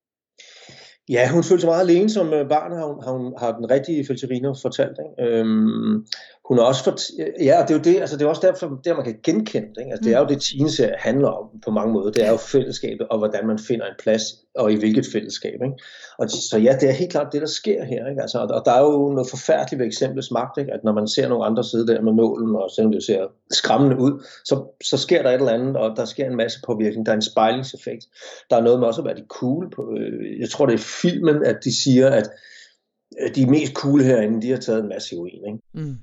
[SPEAKER 4] Ja, hun følte sig meget alene som barn, har, hun, har, hun, har den rigtige Felcherinov fortalt. Ikke? Øhm, hun har også fort, ja, det er jo det, altså det er også derfor, der man kan genkende det. Ikke? Altså, det er jo det, teen-serie handler om på mange måder. Det er jo fællesskabet, og hvordan man finder en plads, og i hvilket fællesskab. Ikke? Og så ja, det er helt klart det, der sker her. Ikke? Altså, og der er jo noget forfærdeligt ved eksemplets magt, ikke? At når man ser nogle andre sidde der med nålen, og selvom det ser skræmmende ud, så, så sker der et eller andet, og der sker en masse påvirkning. Der er en spejlingseffekt. Der er noget med også at være de cool på. Jeg tror, det er filmen, at de siger, at de mest cool herinde, de har taget en masse heroin. Ikke? Mm.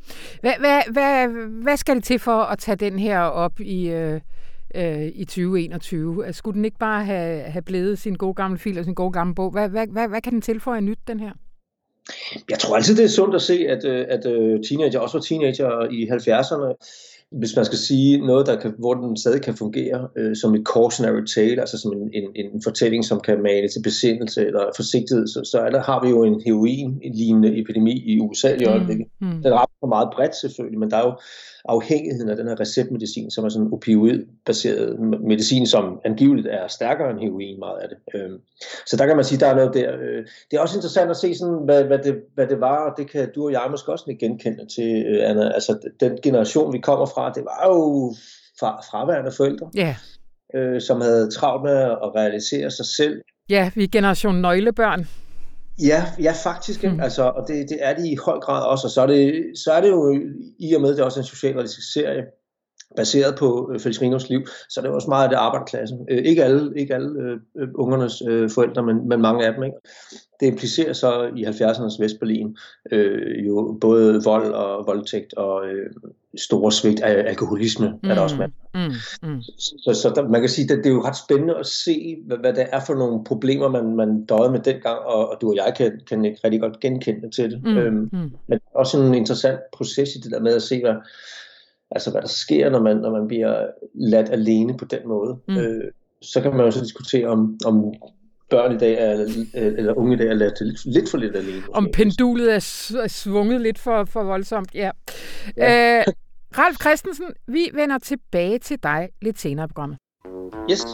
[SPEAKER 3] Hvad, hvad, hvad, hvad skal det til for at tage den her op i, øh, øh, i tyve enogtyve? Skulle den ikke bare have, have blevet sin gode gamle fil og sin gode gamle bog? Hvad, hvad, hvad, hvad kan den tilføje nyt, den her?
[SPEAKER 4] Jeg tror altid, det er sundt at se, at, at teenager også var teenager i halvfjerdserne. Hvis man skal sige noget, der kan, hvor den stadig kan fungere øh, som et cautionary tale, altså som en, en, en fortælling, som kan mane til besindelse eller forsigtighed, så, så der har vi jo en heroin-lignende epidemi i U S A i øjeblikket. Mm, mm. Den rammer for meget bredt selvfølgelig, men der er jo afhængigheden af den her receptmedicin, som er sådan en opioid-baseret medicin, som angiveligt er stærkere end heroin, meget af det. Øh, så der kan man sige, der er noget der. Øh, det er også interessant at se, sådan, hvad, hvad, det, hvad det var, og det kan du og jeg måske også ikke genkende til, øh, Anna. Altså den generation, vi kommer fra, det var jo fra, fraværende forældre,
[SPEAKER 3] yeah.
[SPEAKER 4] øh, som havde travlt med at realisere sig selv.
[SPEAKER 3] Ja, vi er generation nøglebørn.
[SPEAKER 4] Ja, ja faktisk. Mm. Altså, og det, det er de i høj grad også. Og så er det, så er det jo i og med, det er også en socialrealistisk serie, baseret på øh, Felix Rinos liv, så det er også meget af det arbejderklassen. Øh, ikke alle, ikke alle øh, ungernes øh, forældre, men, men mange af dem. Ikke? Det implicerer så i halvfjerdsernes Vestberlin øh, jo både vold og voldtægt og øh, store svigt af alkoholisme, mm. er der også med. Mm. Mm. Så, så, så der, man kan sige, at det, det er jo ret spændende at se, hvad, hvad det er for nogle problemer, man, man døjede med dengang, og, og du og jeg kan, kan ikke rigtig godt genkende til det. Mm. Øhm, mm. Men også en interessant proces i det der med at se, hvad altså hvad der sker, når man, når man bliver ladt alene på den måde. Mm. Øh, så kan man jo så diskutere, om, om børn i dag er, eller unge i dag er ladt lidt, lidt for lidt alene.
[SPEAKER 3] Om pendulet er, er svunget lidt for, for voldsomt, ja. ja. Øh, Ralf Christensen, vi vender tilbage til dig lidt senere i programmet.
[SPEAKER 4] Yes.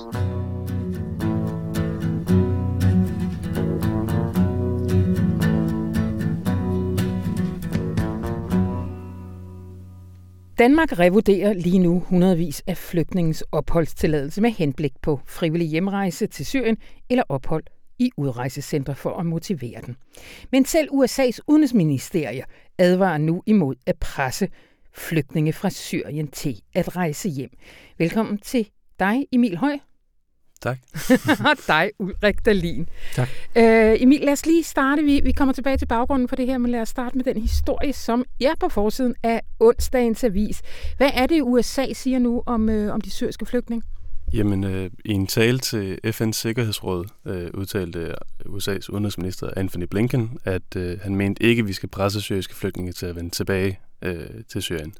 [SPEAKER 3] Danmark revurderer lige nu hundredvis af flygtninges opholdstilladelse med henblik på frivillig hjemrejse til Syrien eller ophold i udrejsecenter for at motivere den. Men selv U S A's udenrigsministerier advarer nu imod at presse flygtninge fra Syrien til at rejse hjem. Velkommen til dig, Emil Høj.
[SPEAKER 5] Tak.
[SPEAKER 3] Og dig, Ulrik Dahlin.
[SPEAKER 5] Tak.
[SPEAKER 3] Øh, Emil, lad os lige starte. Vi, vi kommer tilbage til baggrunden for det her, men lad os starte med den historie, som er på forsiden af onsdagens avis. Hvad er det, U S A siger nu om, øh, om de syriske flygtninge?
[SPEAKER 5] Jamen, øh, i en tale til F N's Sikkerhedsråd øh, udtalte U S A's udenrigsminister Antony Blinken, at øh, han mente ikke, at vi skal presse syriske flygtninge til at vende tilbage øh, til Syrien.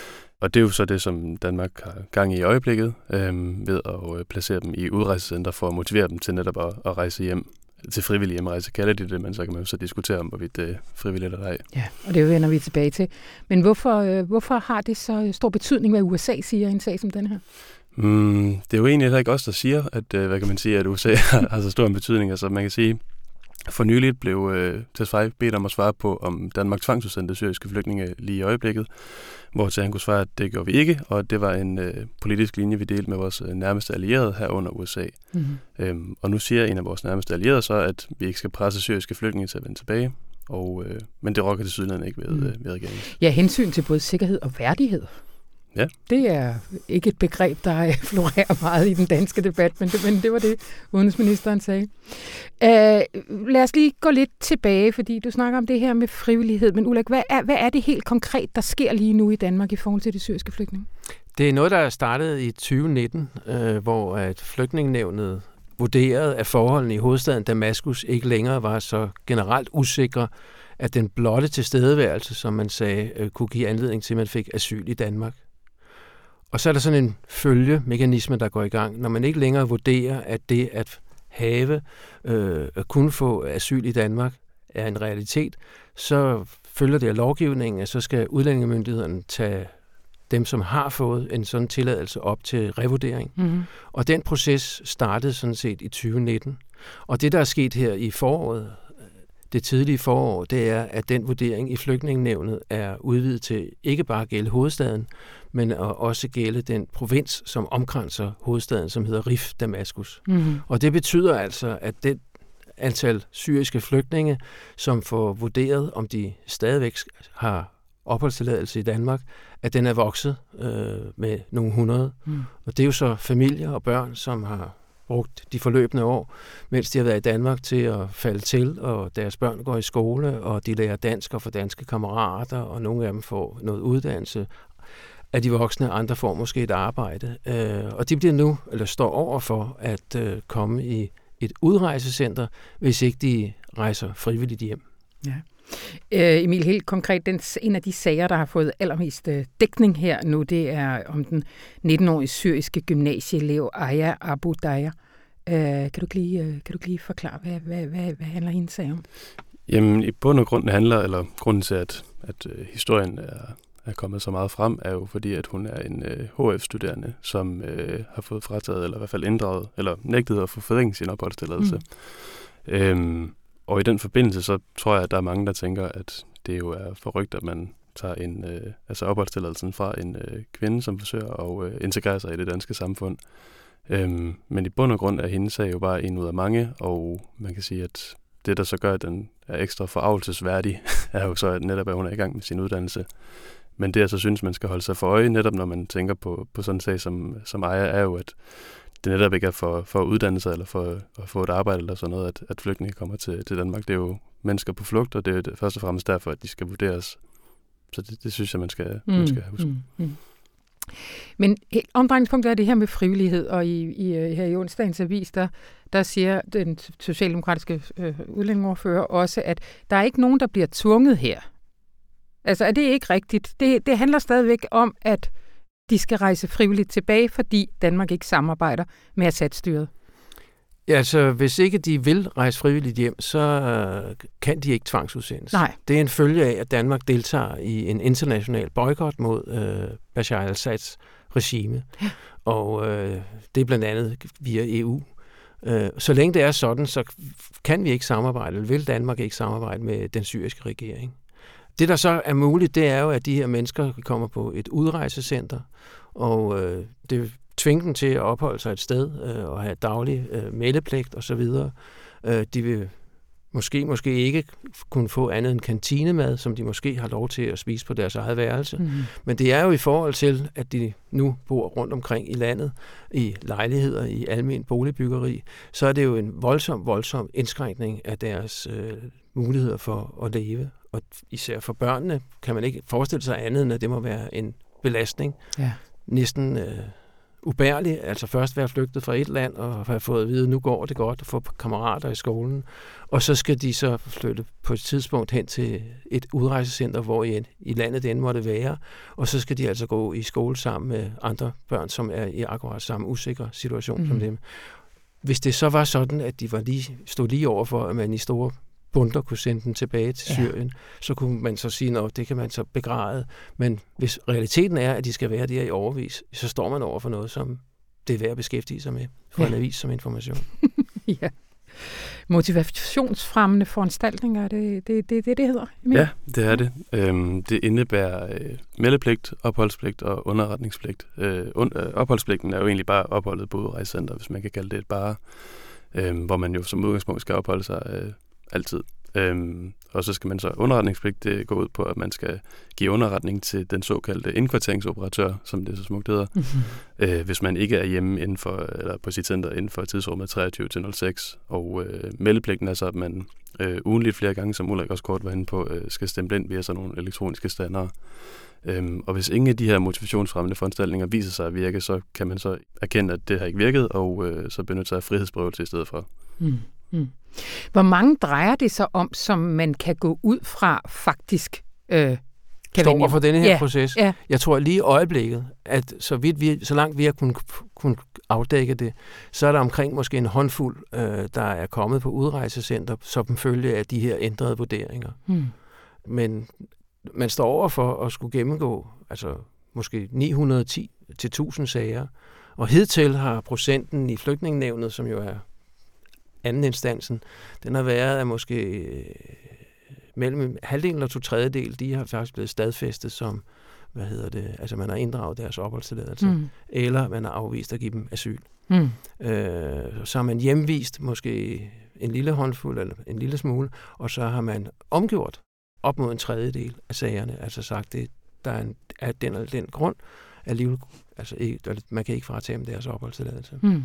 [SPEAKER 5] Og det er jo så det, som Danmark har gang i i øjeblikket, øh, ved at øh, placere dem i udrejsecenter for at motivere dem til netop at, at rejse hjem. Til frivillig hjemrejse kalder de det, men så kan man jo så diskutere om, hvorvidt det er frivilligt eller ej.
[SPEAKER 3] Ja, og det vender vi tilbage til. Men hvorfor, øh, hvorfor har det så stor betydning, hvad U S A siger i en sag som den her?
[SPEAKER 5] Mm, det er jo egentlig heller ikke os, der siger, at, øh, hvad kan man sige, at U S A har, har så stor en betydning. Altså man kan sige, for nyligt blev øh, Tesfaye bedt om at svare på, om Danmark tvangsudsendte syriske flygtninge lige i øjeblikket, hvor til han kunne svare, at det gjorde vi ikke, og det var en øh, politisk linje, vi delte med vores øh, nærmeste allierede herunder U S A. Mm-hmm. Øhm, og nu siger en af vores nærmeste allierede så, at vi ikke skal presse syriske flygtninge til at vende tilbage, og, øh, men det rokker til sydlandet ikke ved, mm. øh, ved regeringen.
[SPEAKER 3] Ja, hensyn til både sikkerhed og værdighed.
[SPEAKER 5] Ja.
[SPEAKER 3] Det er ikke et begreb, der florerer meget i den danske debat, men det, men det var det, udenrigsministeren sagde. Uh, lad os lige gå lidt tilbage, fordi du snakker om det her med frivillighed, men Ulrik, hvad er, hvad er det helt konkret, der sker lige nu i Danmark i forhold til de syriske flygtninge?
[SPEAKER 6] Det er noget, der er startet i tyve nitten, øh, hvor at Flygtningenævnet vurderede, at forholdene i hovedstaden Damaskus ikke længere var så generelt usikre, at den blotte tilstedeværelse, som man sagde, øh, kunne give anledning til, at man fik asyl i Danmark. Og så er der sådan en følgemekanisme, der går i gang. Når man ikke længere vurderer, at det at have, øh, at kunne få asyl i Danmark er en realitet, så følger det af lovgivningen, at så skal udlændingemyndighederne tage dem, som har fået en sådan tilladelse op til revurdering. Mm-hmm. Og den proces startede sådan set i tyve nitten. Og det, der er sket her i foråret, det tidlige forår, det er, at den vurdering i Flygtningenævnet er udvidet til ikke bare at gælde hovedstaden, men at også gælde den provins, som omkranser hovedstaden, som hedder Rif Damaskus. Mm-hmm. Og det betyder altså, at det antal syriske flygtninge, som får vurderet, om de stadigvæk har opholdstilladelse i Danmark, at den er vokset øh, med nogle hundrede. Mm. Og det er jo så familier og børn, som har brugt de forløbende år, mens de har været i Danmark, til at falde til, og deres børn går i skole, og de lærer dansk og får danske kammerater, og nogle af dem får noget uddannelse af de voksne, andre får måske et arbejde. Øh, og de bliver nu, eller står over for at øh, komme i et udrejsecenter, hvis ikke de rejser frivilligt hjem.
[SPEAKER 3] Ja. Øh, Emil, helt konkret, den, en af de sager, der har fået allermest øh, dækning her nu, det er om den nitten-årige syriske gymnasieelev Aya Abu Daya. Øh, kan, du lige, øh, kan du lige forklare, hvad, hvad, hvad, hvad handler hendes sag om?
[SPEAKER 5] Jamen, i bund og grund handler, eller grunden til, at, at øh, historien er, er kommet så meget frem, er jo fordi, at hun er en øh, H F-studerende, som øh, har fået frataget, eller i hvert fald ændret, eller nægtet at få forlænget sin opholdstilladelse. Mm. Øhm, Og i den forbindelse, så tror jeg, at der er mange, der tænker, at det jo er forrygt, at man tager en, øh, altså opholdstilladelsen fra en øh, kvinde, som forsøger at øh, integrere sig i det danske samfund. Øhm, men i bund og grund er hendes sag jo bare en ud af mange, og man kan sige, at det, der så gør, at den er ekstra forargelsesværdig, er jo så at netop, at hun er i gang med sin uddannelse. Men det, jeg så synes, man skal holde sig for øje, netop når man tænker på, på sådan en sag som, som Aya, er jo, at det netop ikke er for, for at uddanne sig eller for at få et arbejde eller sådan noget, at, at flygtninge kommer til, til Danmark. Det er jo mennesker på flugt, og det er jo først og fremmest derfor, at de skal vurderes. Så det, det synes jeg, man skal, mm, man skal huske. Mm, mm.
[SPEAKER 3] Men omdrejningspunktet er det her med frivillighed, og i, i, her i onsdagens avis, der, der siger den socialdemokratiske øh, udlændingeordfører også, at der er ikke nogen, der bliver tvunget her. Altså er det ikke rigtigt? Det, det handler stadigvæk om, at de skal rejse frivilligt tilbage, fordi Danmark ikke samarbejder med Assad-styret.
[SPEAKER 6] Ja, altså hvis ikke de vil rejse frivilligt hjem, så øh, kan de ikke tvangsudsendes.
[SPEAKER 3] Nej.
[SPEAKER 6] Det er en følge af, at Danmark deltager i en international boykot mod øh, Bashar al-Assads regime. Ja. Og øh, det er blandt andet via E U. Øh, så længe det er sådan, så kan vi ikke samarbejde, eller vil Danmark ikke samarbejde med den syriske regering. Det, der så er muligt, det er jo, at de her mennesker kommer på et udrejsecenter, og øh, det tvinger dem til at opholde sig et sted øh, og have daglig øh, meldepligt osv. Øh, de vil måske, måske ikke kunne få andet end kantinemad, som de måske har lov til at spise på deres eget værelse. Mm. Men det er jo i forhold til, at de nu bor rundt omkring i landet, i lejligheder, i almen boligbyggeri, så er det jo en voldsom, voldsom indskrænkning af deres øh, muligheder for at leve. Og især for børnene kan man ikke forestille sig andet, end at det må være en belastning. Ja. Næsten øh, ubærlig. Altså først være flygtet fra et land og have fået at vide, at nu går det godt, og få kammerater i skolen. Og så skal de så flytte på et tidspunkt hen til et udrejsecenter, hvor i, i landet det end måtte være. Og så skal de altså gå i skole sammen med andre børn, som er i akkurat samme usikre situation mm. som dem. Hvis det så var sådan, at de var lige, stod lige over for, at man i store bunder kunne sende dem tilbage til Syrien, ja. Så kunne man så sige, at det kan man så begræde. Men hvis realiteten er, at de skal være der i overvis, så står man over for noget, som det er værd at beskæftige sig med, for ja. En avis som Information.
[SPEAKER 3] Ja. Motivationsfremmende foranstaltninger, er det det, det, det, det hedder?
[SPEAKER 5] Ja, det er det. Øhm, det indebærer øh, meldepligt, opholdspligt og underretningspligt. Øh, und, øh, opholdspligten er jo egentlig bare opholdet på udrejsecenter, hvis man kan kalde det et bare, øh, hvor man jo som udgangspunkt skal opholde sig øh, altid. Øhm, og så skal man så underretningspligt, det går ud på, at man skal give underretning til den såkaldte indkvarteringsoperatør, som det så smukt hedder, mm-hmm. øh, hvis man ikke er hjemme inden for, eller på sit center inden for tidsrummet treogtyve til nul seks. Og øh, meldepligten er så, at man øh, ugenligt flere gange, som Ulrik også kort var inde på, øh, skal stemme ind via sådan nogle elektroniske standere. Øhm, og hvis ingen af de her motivationsfremmende foranstaltninger viser sig at virke, så kan man så erkende, at det har ikke virket, og øh, så benytte sig af frihedsberøvelse i stedet for.
[SPEAKER 3] Mm. Mm. Hvor mange drejer det sig om, som man kan gå ud fra faktisk øh, kan
[SPEAKER 6] står for denne her
[SPEAKER 3] ja,
[SPEAKER 6] proces?
[SPEAKER 3] Ja.
[SPEAKER 6] Jeg tror lige i øjeblikket, at så, vidt vi, så langt vi har kunnet kun afdække det, så er der omkring måske en håndfuld, øh, der er kommet på udrejsecenter, som følge af de her ændrede vurderinger. Mm. Men man står over for at skulle gennemgå altså måske ni hundrede og ti til tusind sager, og hidtil har procenten i Flygtningenævnet, som jo er anden instansen, den har været, at måske øh, mellem halvdelen og to tredjedel, de har faktisk blevet stadfæstet som, hvad hedder det, altså man har inddraget deres opholdstilladelse, mm. eller man har afvist at give dem asyl. Mm. Øh, så har man hjemvist måske en lille håndfuld, eller en lille smule, og så har man omgjort op mod en tredjedel af sagerne, altså sagt, det, der er, en, er den eller den grund, alligevel, altså ikke, man kan ikke fratage dem deres opholdstilladelse. Mm.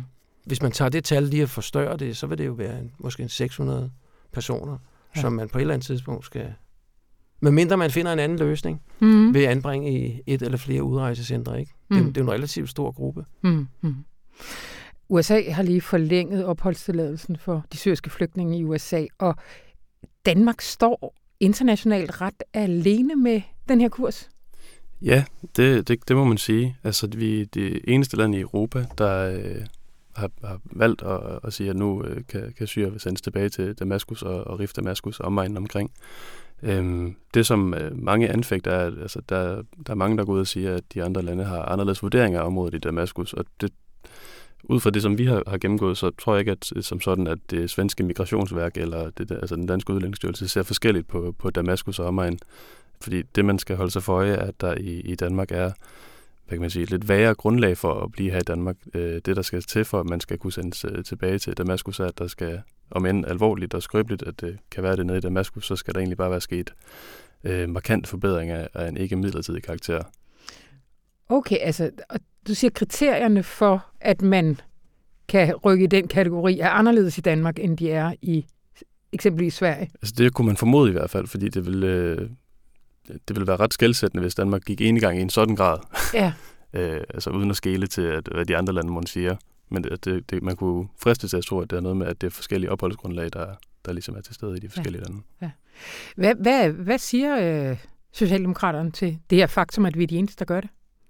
[SPEAKER 6] hvis man tager det tal lige at forstørre det, så vil det jo være en, måske en seks hundrede personer, ja. som man på et eller andet tidspunkt skal... Medmindre man finder en anden løsning, mm. ved at anbringe i et eller flere udrejsecentre, ikke? Mm. Det, det er en relativt stor gruppe.
[SPEAKER 3] Mm. Mm. U S A har lige forlænget opholdstilladelsen for de syriske flygtninge i U S A, og Danmark står internationalt ret alene med den her kurs.
[SPEAKER 5] Ja, det, det, det må man sige. Altså, vi er det eneste land i Europa, der øh, har, har valgt at, at sige, at nu øh, kan, kan Syrien sendes tilbage til Damaskus og, og Rif Damaskus og omegnen omkring. Øhm, det, som øh, mange anfægter, er, at altså, der, der er mange, der går ud og siger, at de andre lande har anderledes vurderinger af området i Damaskus, og det, ud fra det, som vi har, har gennemgået, så tror jeg ikke, at som sådan, at det svenske migrationsværk eller det, altså den danske udlændingsstyrelse ser forskelligt på, på Damaskus og omegn. Fordi det, man skal holde sig for øje, er, at der i, i Danmark er, hvad kan man sige, et lidt værre grundlag for at blive her i Danmark. Det, der skal til for, at man skal kunne sendes tilbage til Damaskus, er, at der skal, om end alvorligt og skrøbeligt, at det kan være det nede i Damaskus, så skal der egentlig bare være sket øh, markant forbedring af, af en ikke midlertidig karakter.
[SPEAKER 3] Okay, altså, og du siger, kriterierne for, at man kan rykke i den kategori, er anderledes i Danmark, end de er i eksempelvis Sverige? Altså,
[SPEAKER 5] det kunne man formode i hvert fald, fordi det ville, øh, det ville være ret skelsættende, hvis Danmark gik enegang i en sådan grad. Ja. øh, altså uden at skele til, at, hvad de andre lande måtte siger. Men det, det, det, man kunne friste til at tro, at det er noget med, at det er forskellige opholdsgrundlag, der, der ligesom er til stede i de forskellige ja. lande. Ja.
[SPEAKER 3] Hvad, hvad, hvad siger øh, Socialdemokraterne til det her faktum, at vi er de eneste, der gør det?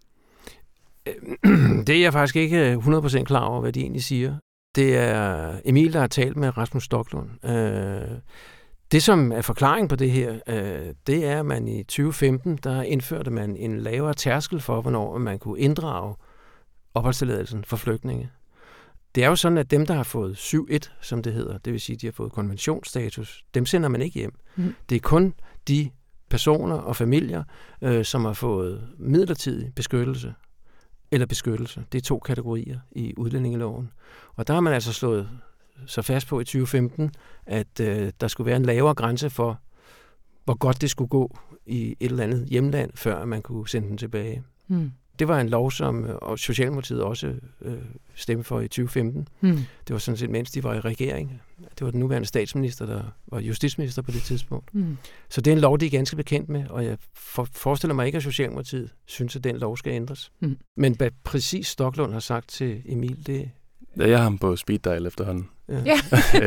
[SPEAKER 6] Det er jeg faktisk ikke hundrede procent klar over, hvad de egentlig siger. Det er Emil, der har talt med Rasmus Stoklund. Det, som er forklaring på det her, det er, at man i tyve femten, der indførte man en lavere tærskel for, hvornår man kunne inddrage opholdstilladelsen for flygtninge. Det er jo sådan, at dem, der har fået syv et, som det hedder, det vil sige, de har fået konventionsstatus, dem sender man ikke hjem. Mm. Det er kun de personer og familier, øh, som har fået midlertidig beskyttelse eller beskyttelse. Det er to kategorier i udlændingeloven. Og der har man altså slået så fast på i tyve femten, at øh, der skulle være en lavere grænse for, hvor godt det skulle gå i et eller andet hjemland, før man kunne sende dem tilbage. Mm. Det var en lov, som og Socialdemokratiet også øh, stemte for i tyve femten. Mm. Det var sådan set, mens de var i regering. Det var den nuværende statsminister, der var justitsminister på det tidspunkt. Mm. Så det er en lov, de er ganske bekendt med, og jeg for, forestiller mig ikke, at Socialdemokratiet synes, at den lov skal ændres. Mm. Men hvad præcis Stoklund har sagt til Emil, det...
[SPEAKER 5] Ja, jeg har ham på speed dial efterhånden.
[SPEAKER 3] Ja.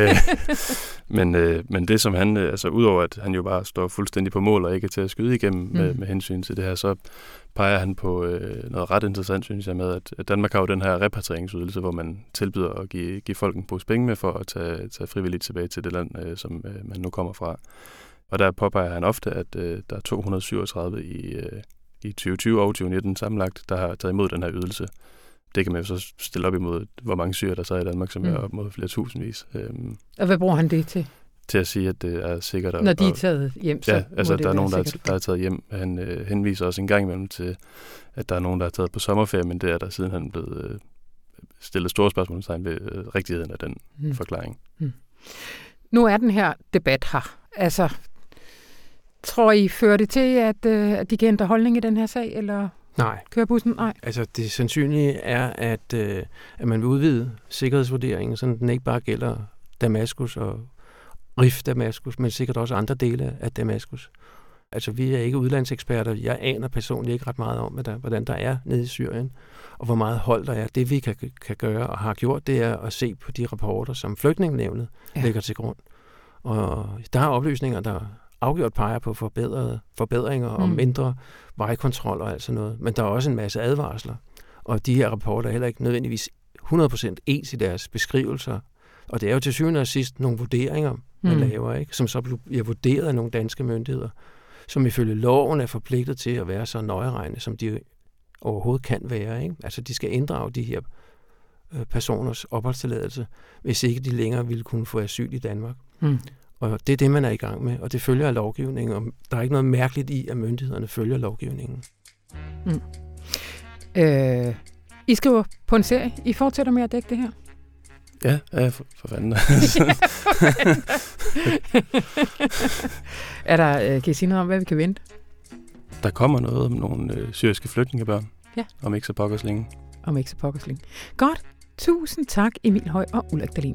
[SPEAKER 5] men, øh, men det som han, øh, altså udover at han jo bare står fuldstændig på mål og ikke er til at skyde igennem mm. med, med hensyn til det her, så peger han på øh, noget ret interessant, synes jeg, med, at, at Danmark har jo den her repatrieringsydelse, hvor man tilbyder at give, give folk en pose penge med for at tage, tage frivilligt tilbage til det land, øh, som øh, man nu kommer fra. Og der påpeger han ofte, at øh, der er to hundrede syvogtredive i, øh, i tyve tyve og tyve nitten sammenlagt, der har taget imod den her ydelse. Det kan man jo så stille op imod, hvor mange syrer der så er i Danmark, som mm. er op mod flere tusindvis. Øhm,
[SPEAKER 3] og hvad bruger han det til?
[SPEAKER 5] Til at sige, at det er sikkert.
[SPEAKER 3] Når de er taget hjem, så
[SPEAKER 5] ja, altså
[SPEAKER 3] det
[SPEAKER 5] der er nogen, der er,
[SPEAKER 3] sikkert.
[SPEAKER 5] der er taget hjem. Han øh, henviser også en gang imellem til, at der er nogen, der er taget på sommerferie, men det er der siden han blevet øh, stillet store spørgsmålstegn ved øh, rigtigheden af den mm. forklaring. Mm.
[SPEAKER 3] Nu er den her debat her. Altså, tror I fører det til, at, øh, at de kan ændre holdning i den her sag, eller...
[SPEAKER 6] Nej.
[SPEAKER 3] Kører bussen? Nej.
[SPEAKER 6] Altså det sandsynlige er, at, øh, at man vil udvide sikkerhedsvurderingen, så den ikke bare gælder Damaskus og Rif Damaskus, men sikkert også andre dele af Damaskus. Altså vi er ikke udlandseksperter. Jeg aner personligt ikke ret meget om, hvad der, hvordan der er nede i Syrien, og hvor meget hold der er. Det vi kan, kan gøre og har gjort, det er at se på de rapporter, som Flygtningenævnet ja. lægger til grund. Og der er oplysninger, der afgjort peger på forbedrede, forbedringer og mm. mindre vejkontrol og alt sådan noget. Men der er også en masse advarsler. Og de her rapporter er heller ikke nødvendigvis hundrede procent ens i deres beskrivelser. Og det er jo til syvende og sidst nogle vurderinger, man mm. laver, ikke? Som så bliver vurderet af nogle danske myndigheder, som ifølge loven er forpligtet til at være så nøjeregnende, som de overhovedet kan være. Ikke? Altså de skal inddrage de her øh, personers opholdstilladelse, hvis ikke de længere ville kunne få asyl i Danmark. Mm. Og det er det, man er i gang med, og det følger af lovgivningen, og der er ikke noget mærkeligt i, at myndighederne følger lovgivningen.
[SPEAKER 3] Mm. Øh, I skriver på en serie. I fortsætter med at dække det her?
[SPEAKER 5] Ja, ja for, for fanden.
[SPEAKER 3] ja, for fanden. er der, kan I sige noget om, hvad vi kan vente?
[SPEAKER 5] Der kommer noget om nogle øh, syriske flygtningebørn.
[SPEAKER 3] Ja.
[SPEAKER 5] Om ikke så pokkers længe.
[SPEAKER 3] Om ikke så pokkers længe. Godt. Tusind tak, Emil Høj og Ulrik Dahlin.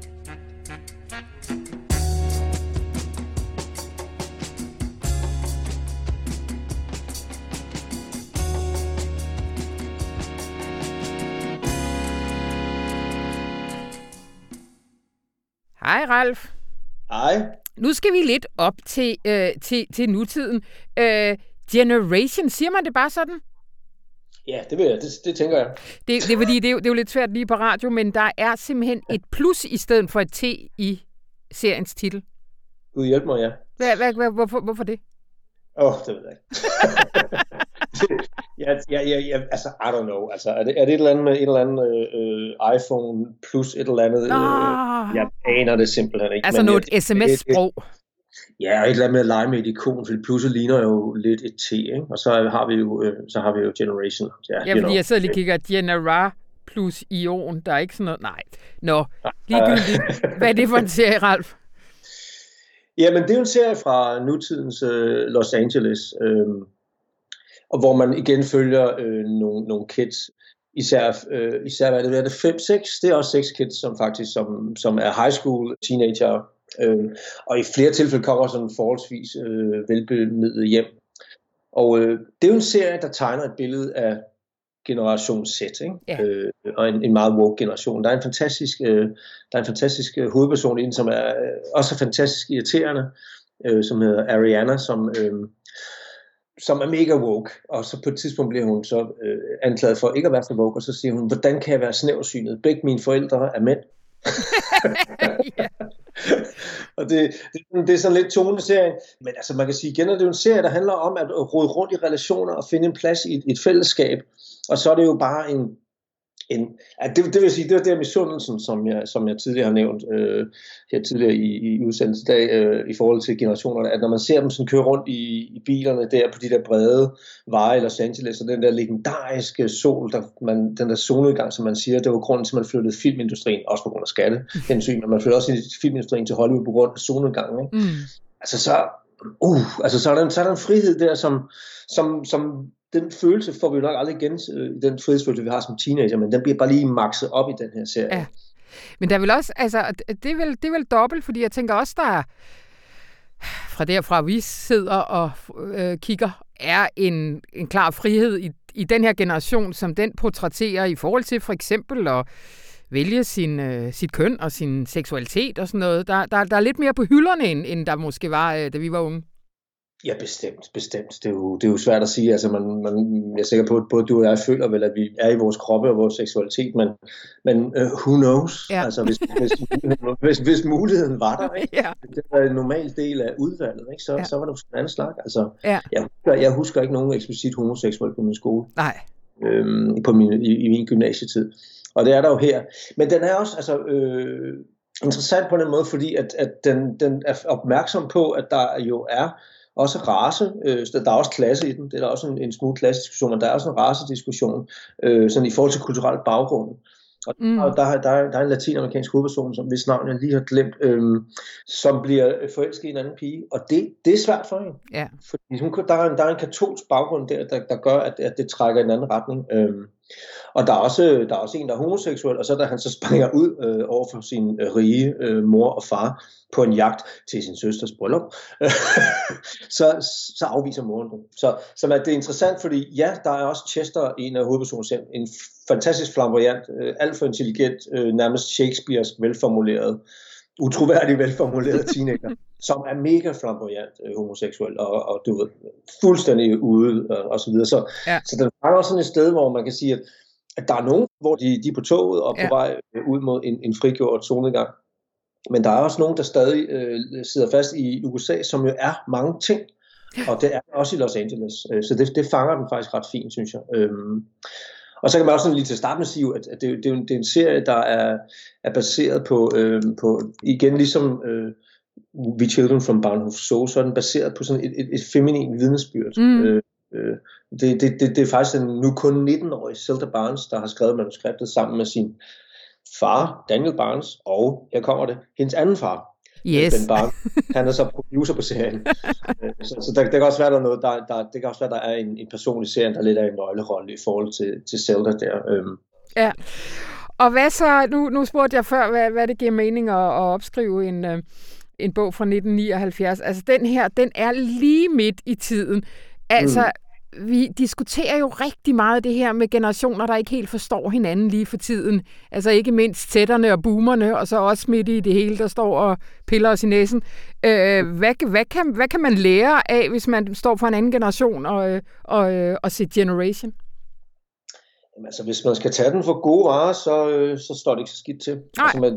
[SPEAKER 3] Hej, Ralf.
[SPEAKER 4] Hej.
[SPEAKER 3] Nu skal vi lidt op til, øh, til, til nutiden. Øh, Generation, siger man det bare sådan?
[SPEAKER 4] Ja, det vil jeg. Det, det tænker jeg.
[SPEAKER 3] Det, det er fordi, det er, jo, det er jo lidt svært lige på radio, men der er simpelthen et plus i stedet for et T i seriens titel.
[SPEAKER 4] Gud hjælp mig, ja.
[SPEAKER 3] Hvad, hvad, hvad, hvorfor, hvorfor det?
[SPEAKER 4] Åh, oh, det ved jeg ikke. ja, ja, ja, ja, altså, I don't know. Altså, er det, er det et eller andet med et eller andet øh, iPhone plus et eller andet? Øh, jeg aner det simpelthen ikke.
[SPEAKER 3] Altså
[SPEAKER 4] men
[SPEAKER 3] noget
[SPEAKER 4] jeg,
[SPEAKER 3] sms-sprog.
[SPEAKER 4] Ja, og et eller andet med at lege med et ikon, for pludselig ligner jo lidt et T, ikke? Og så har vi jo, øh, så har vi jo Generation. Ja,
[SPEAKER 3] ja, fordi know. Jeg sidder lige og kigger, Genera plus Ion, der er ikke sådan noget, nej. Nå, ligegyldigt. Hvad er det for en serie, Ralf?
[SPEAKER 4] Jamen, det er jo en serie fra nutidens øh, Los Angeles, øh, og hvor man igen følger øh, nogle, nogle kids, især, øh, især hvad er det, er det fem seks, det er også seks kids, som faktisk som, som er high school teenager, øh, og i flere tilfælde kommer sådan forholdsvis øh, velbemidlet hjem. Og øh, det er jo en serie, der tegner et billede af generation Z, ikke? Ja. Øh, og en, en meget woke generation. Der er en fantastisk, øh, der er en fantastisk øh, hovedperson inden, som er øh, også fantastisk irriterende, øh, som hedder Ariana, som, øh, som er mega woke. Og så på et tidspunkt bliver hun så øh, anklaget for ikke at være så woke, og så siger hun, hvordan kan jeg være snævsynet? Begge mine forældre er mænd. Og det, det, det er sådan lidt toneserie, men altså man kan sige igen, at det er en serie, der handler om at rode rundt i relationer og finde en plads i et, et fællesskab, og så er det jo bare en, en ja, det, det vil sige, det er der misundelsen, som jeg, som jeg tidligere har nævnt øh, her tidligere i, i udsendelsen i dag, øh, i forhold til generationerne, at når man ser dem sådan køre rundt i, i bilerne der på de der brede veje i Los Angeles, og den der legendariske sol, der man, den der solnedgang, som man siger, det var grunden til, at man flyttede filmindustrien, også på grund af skattehensyn, men man flyttede også filmindustrien til Hollywood på grund af solnedgangen, ikke? Mm. Altså så, uh, altså så er der, så er der en frihed der, som, som, som den følelse får vi jo nok aldrig igen, den frihedsfølelse, vi har som teenager, men den bliver bare lige makset op i den her serie.
[SPEAKER 3] Ja. Men der er vel også, altså, det er vel, det er vel dobbelt, fordi jeg tænker også, der er, fra derfra vi sidder og øh, kigger, er en, en klar frihed i, i den her generation, som den portrætterer i forhold til for eksempel at vælge sin, øh, sit køn og sin seksualitet og sådan noget. Der, der, der er lidt mere på hylderne, end, end der måske var, øh, da vi var unge.
[SPEAKER 4] Ja, bestemt, bestemt. Det er jo, det er jo svært at sige. Altså, man, man, jeg er sikker på, at både du og jeg føler vel, at vi er i vores kroppe og vores seksualitet, men, men uh, who knows? Ja. Altså, hvis, hvis, hvis, hvis muligheden var der, ikke? Ja. Det var en normal del af udvalget, ikke? Så, ja. så var det jo sådan en anden slag. Altså, ja. jeg, husker, jeg husker ikke nogen eksplicit homoseksuel på min skole.
[SPEAKER 3] Nej.
[SPEAKER 4] Øhm, på min, i, i min gymnasietid. Og det er der jo her. Men den er også altså, øh, interessant på den måde, fordi at, at den, den er opmærksom på, at der jo er også race, øh, der er også klasse i den, det er der også en, en smule klassediskussion, men der er også en racediskussion, øh, sådan i forhold til kulturel baggrund. Og mm. der, der, der, der er en latinamerikansk hovedperson, som hvis navn jeg lige har glemt, øh, som bliver forelsket i en anden pige, og det, det er svært for hende.
[SPEAKER 3] Ja.
[SPEAKER 4] Fordi hun, der, er en, der er en katolsk baggrund der, der, der gør, at, at det trækker i en anden retning. Øh, og der er, også, der er også en, der er homoseksuel, og så da han så springer ud øh, over for sin øh, rige øh, mor og far på en jagt til sin søsters bryllup, så, så afviser moren det. Så, så det er interessant, fordi ja, der er også Chester, en af hovedpersonerne, en fantastisk flamboyant, øh, alt for intelligent, øh, nærmest Shakespearesk velformuleret, utroværdig velformuleret teenager, som er mega flamboyant øh, homoseksuel, og, og du ved, fuldstændig ude, og, og så videre. Så, ja. så den er også sådan et sted, hvor man kan sige, at, at der er nogen, hvor de, de er på toget og ja. på vej øh, ud mod en, en frigjort solnedgang. Men der er også nogen, der stadig øh, sidder fast i U S A, som jo er mange ting. Og det er også i Los Angeles. Så det, det fanger den faktisk ret fint, synes jeg. Øhm, og så kan man også lige til starten sige, at, at det, det, er en, det er en serie, der er, er baseret på, øh, på, igen ligesom øh, We Children from Barnhof Zoo, så er den baseret på sådan et, et, et feminin vidnesbyrd. Mm. Øh, øh, det, det, det, det er faktisk en nu kun nitten-årig Zelda Barnes, der har skrevet manuskriptet sammen med sin far, Daniel Barnes, og her kommer det, hendes anden far,
[SPEAKER 3] yes.
[SPEAKER 4] Ben Barnes. Han er så producer på serien. så så der, der kan også være, der noget, der, der, det kan også være, der er en, en person i serien, der lidt er en nøglerolle i forhold til, til Zelda der. Øhm.
[SPEAKER 3] Ja, Og hvad så, nu, nu spurgte jeg før, hvad, hvad det giver mening at, at opskrive en, øh, en bog fra nitten nioghalvfjerds. Altså den her, den er lige midt i tiden. Altså, mm. vi diskuterer jo rigtig meget det her med generationer, der ikke helt forstår hinanden lige for tiden. Altså ikke mindst sætterne og boomerne, og så også midt i det hele, der står og piller os i næsen. Øh, hvad, hvad, kan, hvad kan man lære af, hvis man står for en anden generation og, og, og sit generation?
[SPEAKER 4] Jamen, altså, hvis man skal tage den for gode varer, så, øh, så står det ikke så skidt til. Altså, man,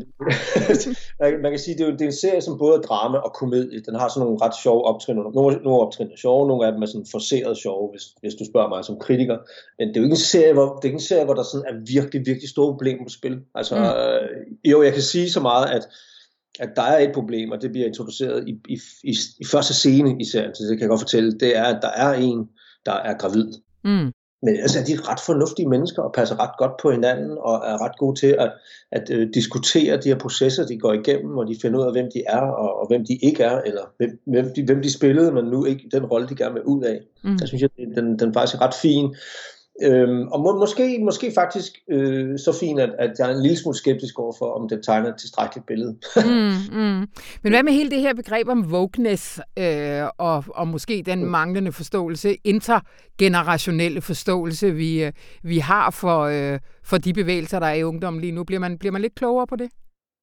[SPEAKER 4] man kan sige, det er, jo, det er en serie, som både er drama og komedie. Den har sådan nogle ret sjove optrin. Nogle, nogle optrin er sjove, nogle af dem er sådan forceret sjove, hvis, hvis du spørger mig som kritiker. Men det er jo ikke en serie, hvor, det er ikke en serie, hvor der sådan er virkelig, virkelig store problemer på spil. Altså, mm. øh, jo, jeg kan sige så meget, at, at der er et problem, og det bliver introduceret i, i, i, i første scene i serien, så det kan jeg godt fortælle, det er, at der er en, der er gravid. Mm. Men altså, de er ret fornuftige mennesker og passer ret godt på hinanden og er ret gode til at, at øh, diskutere de her processer, de går igennem, og de finder ud af, hvem de er og, og hvem de ikke er, eller hvem, hvem, de, hvem de spillede, men nu ikke den rolle, de gerne vil ud af. Mm. Der synes jeg, den, den faktisk er ret fin. Øhm, og må, måske, måske faktisk øh, så fint, at, at jeg er en lille smule skeptisk overfor, om det tegner et tilstrækkeligt billede. mm,
[SPEAKER 3] mm. Men hvad med hele det her begreb om wokeness, øh, og, og måske den manglende forståelse, intergenerationelle forståelse, vi, øh, vi har for, øh, for de bevægelser, der er i ungdommen lige nu? Bliver man, bliver man lidt klogere på det?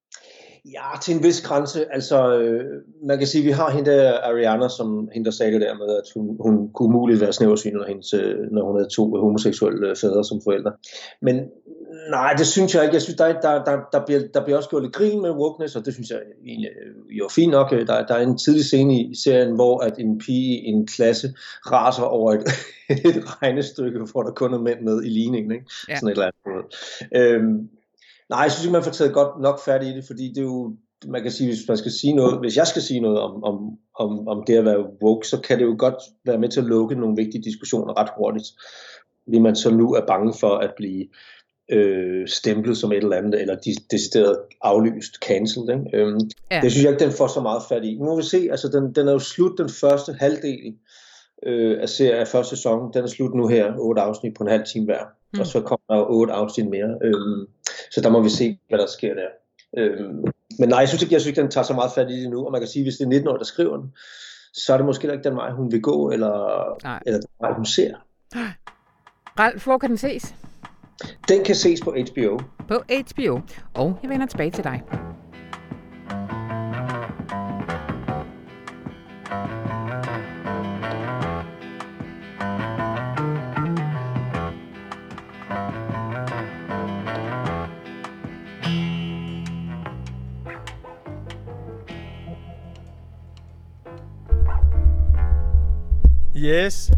[SPEAKER 4] Ja, til en vis grænse. Altså, øh, man kan sige, at vi har hende der, Ariana, som hende der sagde det der med, at hun, hun kunne muligt være snæversvin, når, hendes, når hun havde to homoseksuelle fædre som forældre. Men nej, det synes jeg ikke. Jeg synes, der, der, der, der, bliver, der bliver også gjort lidt grin med wokeness, og det synes jeg jo fint nok. Der, der er en tidlig scene i serien, hvor at en pige i en klasse raser over et, et regnestykke, hvor der kun er mænd med i ligningen. Ikke? Ja. Sådan et eller andet. Øhm, Nej, jeg synes ikke, man får taget godt nok fat i det, fordi det er jo, man kan sige, hvis man skal sige noget, hvis jeg skal sige noget om, om, om, om det at være woke, så kan det jo godt være med til at lukke nogle vigtige diskussioner ret hurtigt, fordi man så nu er bange for at blive øh, stemplet som et eller andet, eller decideret aflyst, cancelled. Ikke? Øhm, ja. Det synes jeg ikke, den får så meget fat i. Nu må vi se, altså den, den er jo slut, den første halvdel øh, af serien af første sæson, den er slut nu her, otte afsnit på en halv time hver, mm. og så kommer der jo otte afsnit mere. Øhm, Så der må vi se, hvad der sker der. Øhm, men nej, jeg synes ikke, jeg synes ikke, den tager så meget fat i det nu. Og man kan sige, hvis det er nitten år, der skriver den, så er det måske ikke den vej, hun vil gå, eller, eller den vej, hun ser.
[SPEAKER 3] Ralf, hvor kan den ses?
[SPEAKER 4] Den kan ses på H B O.
[SPEAKER 3] På H B O. Og jeg vender tilbage til dig.
[SPEAKER 7] Yes.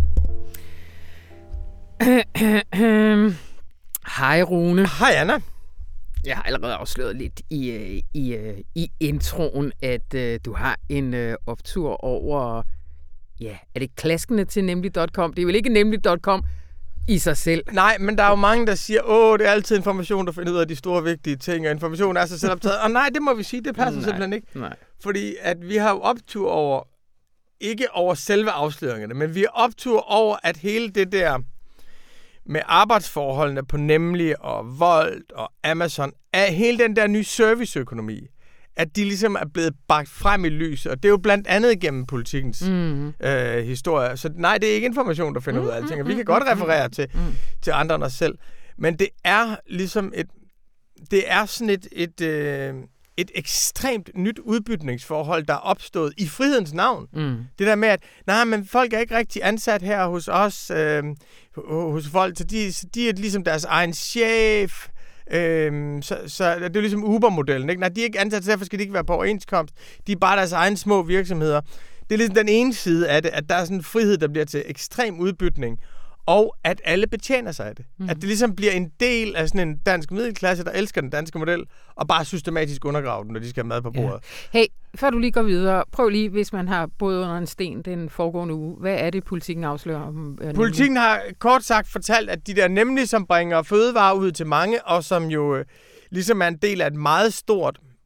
[SPEAKER 3] Hej Rune.
[SPEAKER 7] Hej Anna.
[SPEAKER 3] Jeg har allerede afsløret lidt i, i, i introen, at uh, du har en uh, optur over, ja, er det klaskende til nemlig punktum com? Det er vel ikke nemlig punktum com i sig selv.
[SPEAKER 7] Nej, men der er jo mange, der siger, åh, det er altid information, der finder ud af de store vigtige ting, og information er sig selv optaget. Og nej, det må vi sige, det passer nej, simpelthen ikke.
[SPEAKER 3] Nej.
[SPEAKER 7] Fordi at vi har jo optur over, ikke over selve afsløringerne, men vi er optur over, at hele det der med arbejdsforholdene på Nemlig og Volt og Amazon, er hele den der nye serviceøkonomi, at de ligesom er blevet bagt frem i lyset, og det er jo blandt andet gennem Politikens mm. øh, historie. Så nej, det er ikke information, der finder mm, ud af alting, og vi kan godt referere til, mm. til andre end os selv, men det er ligesom et, det er sådan et, et, øh, et ekstremt nyt udbytningsforhold, der er opstået i frihedens navn. Mm. Det der med, at nej, men folk er ikke rigtig ansat her hos os, øh, hos folk, så de, så de er ligesom deres egen chef. Øhm, så, så det er jo ligesom Uber-modellen, ikke? Nej, de er ikke ansat, så derfor skal de ikke være på overenskomst. De er bare deres egne små virksomheder. Det er ligesom den ene side af det, at der er sådan en frihed, der bliver til ekstrem udbytning, og at alle betjener sig af det. Mm. At det ligesom bliver en del af sådan en dansk middelklasse, der elsker den danske model, og bare systematisk undergraver den, når de skal have mad på bordet.
[SPEAKER 3] Ja. Hey, før du lige går videre, prøv lige, hvis man har boet under en sten den foregående uge, hvad er det, Politikken afslører om? Øh,
[SPEAKER 7] Politikken har kort sagt fortalt, at de der Nemlig, som bringer fødevarer ud til mange, og som jo øh, ligesom er en del af et meget stort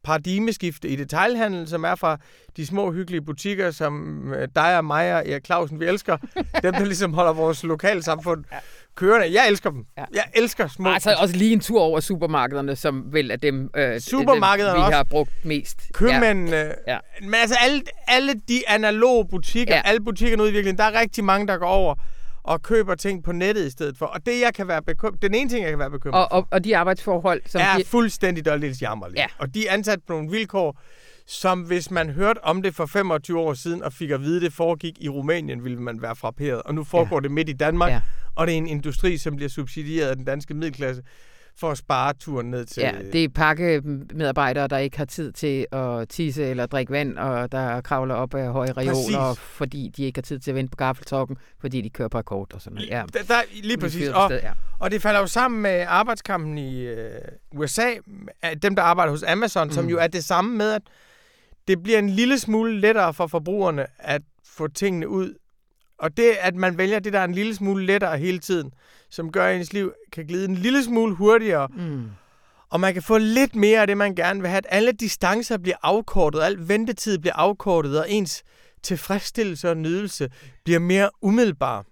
[SPEAKER 7] paradigmeskifte i detailhandel, som er fra de små hyggelige butikker, som dig og mig og Erik Clausen, vi elsker. Dem, der ligesom holder vores lokalsamfund kørende. Jeg elsker dem. Ja. Jeg elsker små.
[SPEAKER 3] Altså også lige en tur over supermarkederne, som vel er dem, øh,
[SPEAKER 7] supermarkederne
[SPEAKER 3] dem vi
[SPEAKER 7] også.
[SPEAKER 3] har brugt mest.
[SPEAKER 7] Købmændene.
[SPEAKER 3] Ja. Ja.
[SPEAKER 7] Men altså alle, alle de analoge butikker, ja. alle butikkerne ude i virkeligheden, der er rigtig mange, der går over og køber ting på nettet i stedet for. Og det, jeg kan være bekymret, den ene ting, jeg kan være bekymret
[SPEAKER 3] og, og, og de arbejdsforhold, som
[SPEAKER 7] er
[SPEAKER 3] de...
[SPEAKER 7] fuldstændig dårligt jammerlige.
[SPEAKER 3] Ja.
[SPEAKER 7] Og de er ansat på nogle vilkår, som hvis man hørte om det for femogtyve år siden og fik at vide, det foregik i Rumænien, ville man være frapperet. Og nu foregår ja. det midt i Danmark, ja. og det er en industri, som bliver subsidieret af den danske middelklasse for at spare turen ned til...
[SPEAKER 3] Ja, det er pakkemedarbejdere, der ikke har tid til at tisse eller drikke vand, og der kravler op af høje reoler, fordi de ikke har tid til at vente på gaffeltokken, fordi de kører på akkord og sådan noget. Ja.
[SPEAKER 7] Der, der, lige præcis. Og, sted, ja. og det falder jo sammen med arbejdskampen i øh, U S A, dem der arbejder hos Amazon, mm. som jo er det samme med, at det bliver en lille smule lettere for forbrugerne at få tingene ud. Og det, at man vælger det, der er en lille smule lettere hele tiden, som gør, at ens liv kan glide en lille smule hurtigere, mm. og man kan få lidt mere af det, man gerne vil have, at alle distancer bliver afkortet, al ventetid bliver afkortet, og ens tilfredsstillelse og nydelse bliver mere umiddelbar.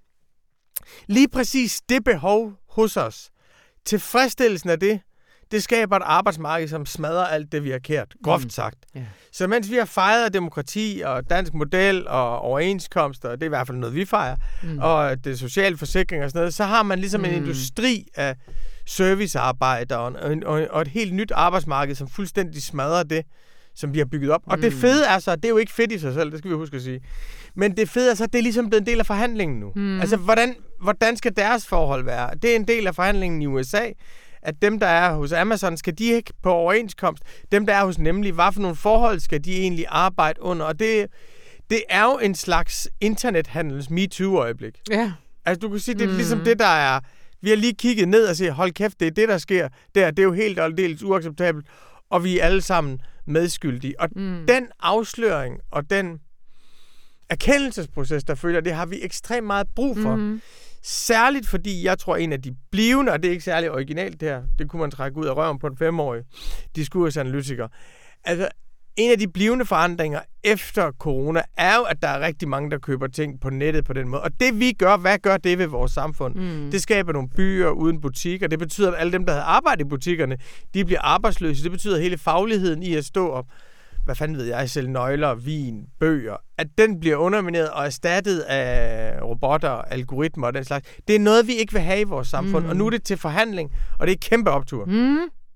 [SPEAKER 7] Lige præcis det behov hos os, tilfredsstillelsen af det, det skaber et arbejdsmarked, som smadrer alt det, vi har kært, groft sagt. Mm. Yeah. Så mens vi har fejret demokrati og dansk model og overenskomster, og det er i hvert fald noget, vi fejrer, mm. og det sociale forsikring og sådan noget, så har man ligesom mm. en industri af servicearbejdere og, og, og et helt nyt arbejdsmarked, som fuldstændig smadrer det, som vi har bygget op. Mm. Og det fede er så, det er jo ikke fedt i sig selv, det skal vi huske at sige, men det fede er så, det er ligesom blevet en del af forhandlingen nu. Mm. Altså, hvordan, hvordan skal deres forhold være? Det er en del af forhandlingen i U S A, at dem, der er hos Amazon, skal de ikke på overenskomst. Dem, der er hos Nemlig, hvad for nogle forhold skal de egentlig arbejde under? Og det, det er jo en slags internethandels MeToo-øjeblik.
[SPEAKER 3] Ja.
[SPEAKER 7] Altså, du kan sige, det er mm. ligesom det, der er... Vi har lige kigget ned og sagt, hold kæft, det er det, der sker. Der, det er jo helt og aldeles uacceptabelt. Og vi er alle sammen medskyldige. Og mm. den afsløring og den erkendelsesproces, der følger, det har vi ekstremt meget brug for. Mm. Særligt fordi, jeg tror, en af de blivende, og det er ikke særlig originalt det her, det kunne man trække ud af røven på en femårig diskursanalytiker. Altså, en af de blivende forandringer efter corona er jo, at der er rigtig mange, der køber ting på nettet på den måde. Og det vi gør, hvad gør det ved vores samfund? Mm. Det skaber nogle byer uden butikker. Det betyder, at alle dem, der havde arbejdet i butikkerne, de bliver arbejdsløse. Det betyder, at hele fagligheden i at stå op, hvad fanden ved jeg, sælge nøgler, vin, bøger, at den bliver undermineret og erstattet af robotter, algoritmer og den slags. Det er noget, vi ikke vil have i vores samfund, mm. og nu er det til forhandling, og det er kæmpe optur.
[SPEAKER 3] Mm.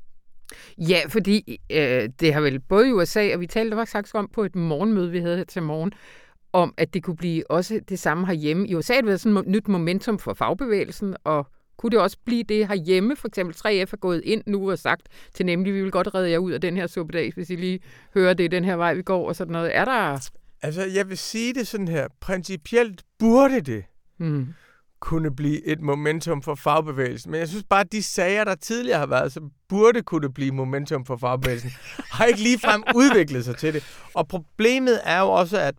[SPEAKER 3] Ja, fordi øh, det har vel både i U S A, og vi talte faktisk om på et morgenmøde, vi havde her til morgen, om at det kunne blive også det samme herhjemme. I U S A har det været sådan et nyt momentum for fagbevægelsen, og kunne det også blive det herhjemme? For eksempel tre F er gået ind nu og sagt til Nemlig, vi vil godt redde jer ud af den her suppedag, hvis I lige hører det, den her vej, vi går og sådan noget. Er der...
[SPEAKER 7] Altså, jeg vil sige det sådan her. Principielt burde det mm. kunne blive et momentum for fagbevægelsen. Men jeg synes bare, at de sager, der tidligere har været, så burde kunne blive momentum for fagbevægelsen, har ikke ligefrem udviklet sig til det. Og problemet er jo også, at,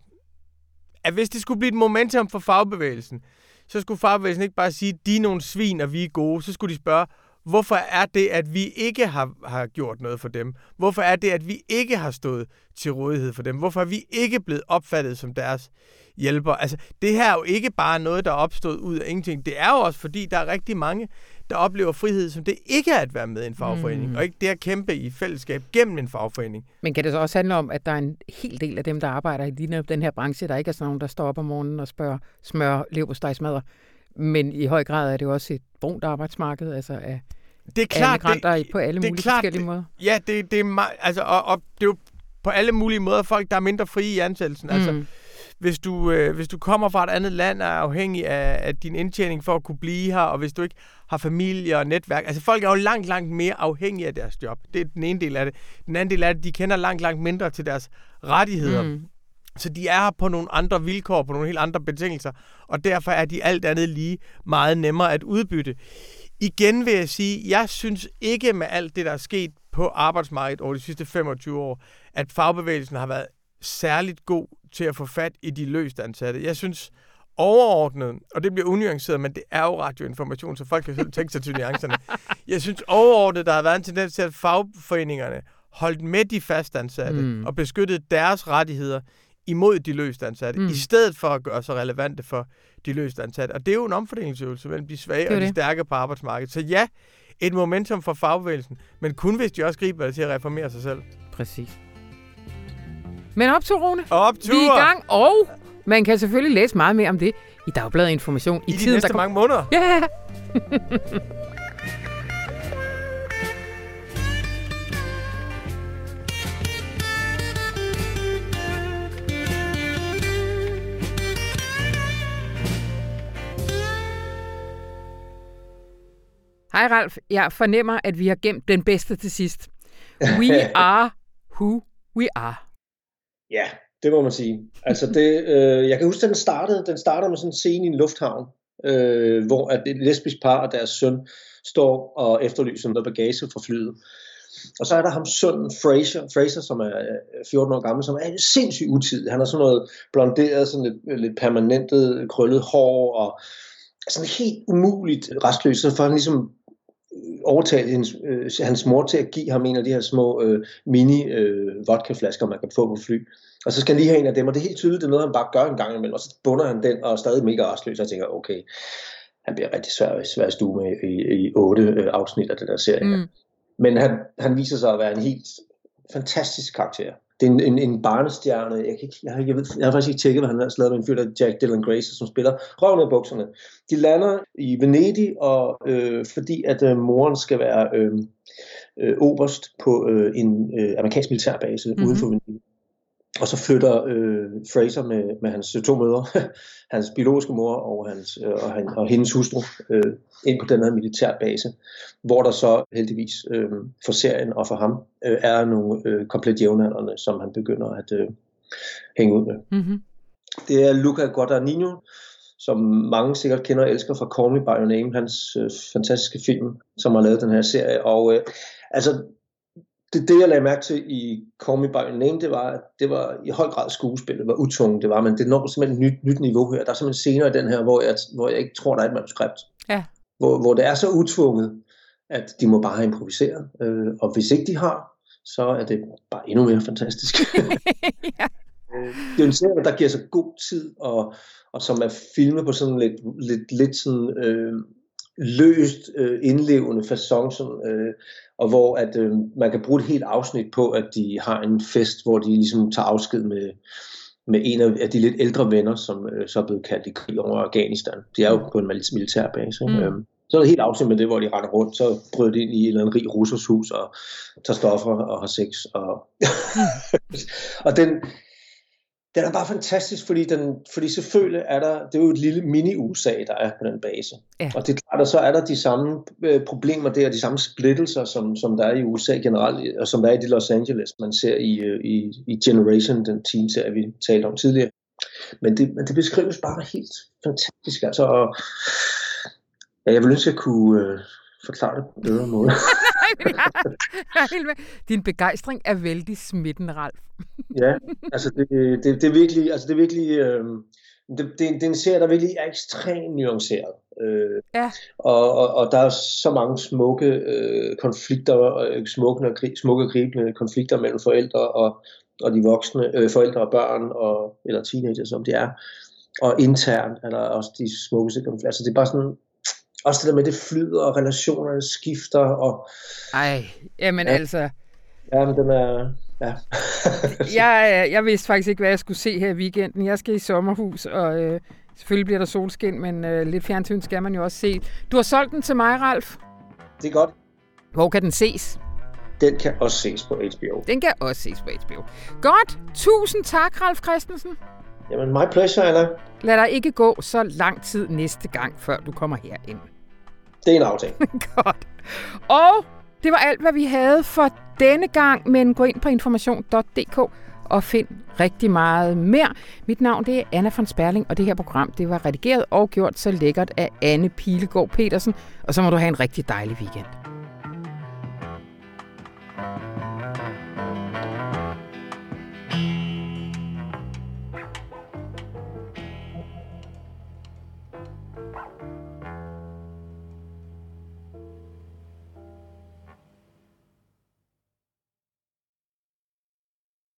[SPEAKER 7] at hvis det skulle blive et momentum for fagbevægelsen, så skulle fagbevægelsen ikke bare sige, de er nogle svin, og vi er gode. Så skulle de spørge, hvorfor er det, at vi ikke har, har gjort noget for dem? Hvorfor er det, at vi ikke har stået til rådighed for dem? Hvorfor er vi ikke blevet opfattet som deres hjælper? Altså, det her er jo ikke bare noget, der er opstået ud af ingenting. Det er jo også, fordi der er rigtig mange, der oplever frihed, som det ikke er at være med i en fagforening, mm. og ikke det at kæmpe i fællesskab gennem en fagforening.
[SPEAKER 3] Men kan det så også handle om, at der er en hel del af dem, der arbejder i den her branche, der ikke er sådan nogen, der står op om morgenen og spørger, smør leverpostejsmadder, men i høj grad er det jo også et brunt arbejdsmarked, altså af
[SPEAKER 7] det er klart,
[SPEAKER 3] migranter
[SPEAKER 7] det,
[SPEAKER 3] på alle mulige klart, forskellige
[SPEAKER 7] det,
[SPEAKER 3] måder.
[SPEAKER 7] Ja, det, det er meget, altså, og, og det er jo på alle mulige måder folk, der er mindre frie i ansættelsen. Mm. Altså, hvis du, øh, hvis du kommer fra et andet land og er afhængig af, af din indtjening for at kunne blive her, og hvis du ikke har familie og netværk, altså folk er jo langt, langt mere afhængige af deres job. Det er den ene del af det. Den anden del af det, de kender langt, langt mindre til deres rettigheder. Mm. Så de er her på nogle andre vilkår, på nogle helt andre betingelser, og derfor er de alt andet lige meget nemmere at udbytte. Igen vil jeg sige, jeg synes ikke med alt det, der er sket på arbejdsmarkedet over de sidste femogtyve år, at fagbevægelsen har været særligt god til at få fat i de løst ansatte. Jeg synes overordnet, og det bliver unuanceret, men det er jo radioinformation, så folk kan selv tænke sig til nuancerne. Jeg synes overordnet, der har været en tendens til, at fagforeningerne holdt med de fastansatte
[SPEAKER 6] Mm.
[SPEAKER 7] og beskyttede deres rettigheder imod de løst ansatte,
[SPEAKER 3] Mm.
[SPEAKER 7] i stedet for at gøre sig relevante for de løst ansatte. Og det er jo en omfordelingsøvelse mellem de svage
[SPEAKER 3] Det er
[SPEAKER 7] og de
[SPEAKER 3] det.
[SPEAKER 7] stærke på arbejdsmarkedet. Så ja, et momentum for fagbevægelsen, men kun hvis de også griber det til at reformere sig selv.
[SPEAKER 3] Præcis. Men optur, Rune.
[SPEAKER 7] Optur!
[SPEAKER 3] Vi er i gang, og man kan selvfølgelig læse meget mere om det i Dagbladet Information.
[SPEAKER 7] I, I de
[SPEAKER 3] tiden,
[SPEAKER 7] næste
[SPEAKER 3] der
[SPEAKER 7] mange måneder.
[SPEAKER 3] Ja! Hej Ralf, jeg fornemmer, at vi har gemt den bedste til sidst. We are who we are.
[SPEAKER 4] Ja, det må man sige. Altså det, øh, jeg kan huske, at den startede, den starter med sådan en scene i en lufthavn, øh, hvor at et lesbisk par og deres søn står og efterlyser noget bagage fra flyet. Og så er der ham sønnen Fraser, Fraser, som er fjorten år gammel, som er sindssygt utidig. Han har sådan noget blonderet, sådan lidt, lidt permanentet, krøllet hår og sådan helt umuligt restløs. Så får han ligesom overtalt hans, øh, hans mor til at give ham en af de her små øh, mini øh, vodkaflasker, man kan få på fly. Og så skal han lige have en af dem, og det er helt tydeligt, det er noget, han bare gør en gang imellem, og så bunder han den, og er stadig mega restløs, og jeg tænker, okay, han bliver rigtig svær, svær at stue med i, i otte øh, afsnit af den der serie. Mm. Men han, han viser sig at være en helt fantastisk karakter. Det er en, en, en barnestjerne. Jeg, kan ikke, jeg, har, jeg, ved, jeg har faktisk ikke tjekket, hvad han har lavet med en fyr, der Jack Dylan Grace, som spiller røven af bukserne. De lander i Venedig, og øh, fordi at øh, moren skal være øh, øh, oberst på øh, en øh, amerikansk militærbase mm-hmm. uden for Venedig. Og så flytter øh, Fraser med, med hans to mødre, hans biologiske mor og, hans, øh, og, han, og hendes hustru, øh, ind på den her militærbase, hvor der så heldigvis øh, for serien og for ham øh, er nogle øh, komplet jævnaldrende, som han begynder at øh, hænge ud med. Mm-hmm. Det er Luca Guadagnino, som mange sikkert kender og elsker fra Call Me By Your Name, hans øh, fantastiske film, som har lavet den her serie. Og øh, altså... Det, det, jeg lagde mærke til i Call Me By Your Name, det var, det var i høj grad skuespillet, det var utvunget, det var, men det når simpelthen et nyt, nyt niveau her. Der er simpelthen scener i den her, hvor jeg, hvor jeg ikke tror, der er et manuskript. Ja. Hvor, hvor det er så utvunget, at de må bare have improviseret. Øh, og hvis ikke de har, så er det bare endnu mere fantastisk. Ja. Det er en serie, der giver sig god tid, og, og som er filmet på sådan lidt, lidt, lidt sådan... Øh, løst øh, indlevende facon, øh, og hvor at øh, man kan bruge et helt afsnit på, at de har en fest, hvor de ligesom tager afsked med, med en af, af de lidt ældre venner, som øh, så er blevet kaldt i krig over Afghanistan. De er jo på en militærbase. Mm. Øh. Så er det helt afsnit med det, hvor de render rundt, så bryder de ind i en eller anden rig russers hus og tager stoffer og har sex. Og, og den Den er bare fantastisk, fordi, den, fordi selvfølgelig er der, det er jo et lille mini-U S A, der er på den base. Ja. Og det er klart, at så er der de samme øh, problemer der, de samme splittelser, som, som der er i U S A generelt, og som der er i de Los Angeles, man ser i, i, i Generation, den teen-serie, vi talte om tidligere. Men det, men det beskrives bare helt fantastisk. Altså, og, ja, jeg vil ønske, at jeg kunne øh, forklare det på en bedre måde.
[SPEAKER 3] Din begejstring er vældig smittende, Ralf.
[SPEAKER 4] Ja, altså det, det, det er virkelig, altså det er virkelig, øh, det, det, det er en serie, der virkelig er ekstremt nuanceret. Øh, ja. og, og, og der er så mange smukke øh, konflikter, øh, smukke, smukke og gribende konflikter mellem forældre og, og de voksne, øh, forældre og børn, og, eller teenager, som de er. Og internt er der også de smukkeste konflikter. Altså det er bare sådan, også det der med, det flyder, og relationerne skifter. Og,
[SPEAKER 3] Ej, jamen ja. altså...
[SPEAKER 4] Ja, men den er... Ja.
[SPEAKER 3] jeg, jeg vidste faktisk ikke, hvad jeg skulle se her i weekenden. Jeg skal i sommerhus, og øh, selvfølgelig bliver der solskin, men øh, lidt fjernsyn skal man jo også se. Du har solgt den til mig, Ralf.
[SPEAKER 4] Det er godt.
[SPEAKER 3] Hvor kan den ses?
[SPEAKER 4] Den kan også ses på H B O.
[SPEAKER 3] Den kan også ses på H B O. Godt. Tusind tak, Ralf Christensen.
[SPEAKER 4] Jamen, my pleasure, Anna.
[SPEAKER 3] Lad dig ikke gå så lang tid næste gang, før du kommer herind.
[SPEAKER 4] Det er en aftale.
[SPEAKER 3] Godt. Og det var alt, hvad vi havde for denne gang, men gå ind på information punktum d k og find rigtig meget mere. Mit navn det er Anna von Sperling, og det her program det var redigeret og gjort så lækkert af Anne Pilegaard Petersen. Og så må du have en rigtig dejlig weekend.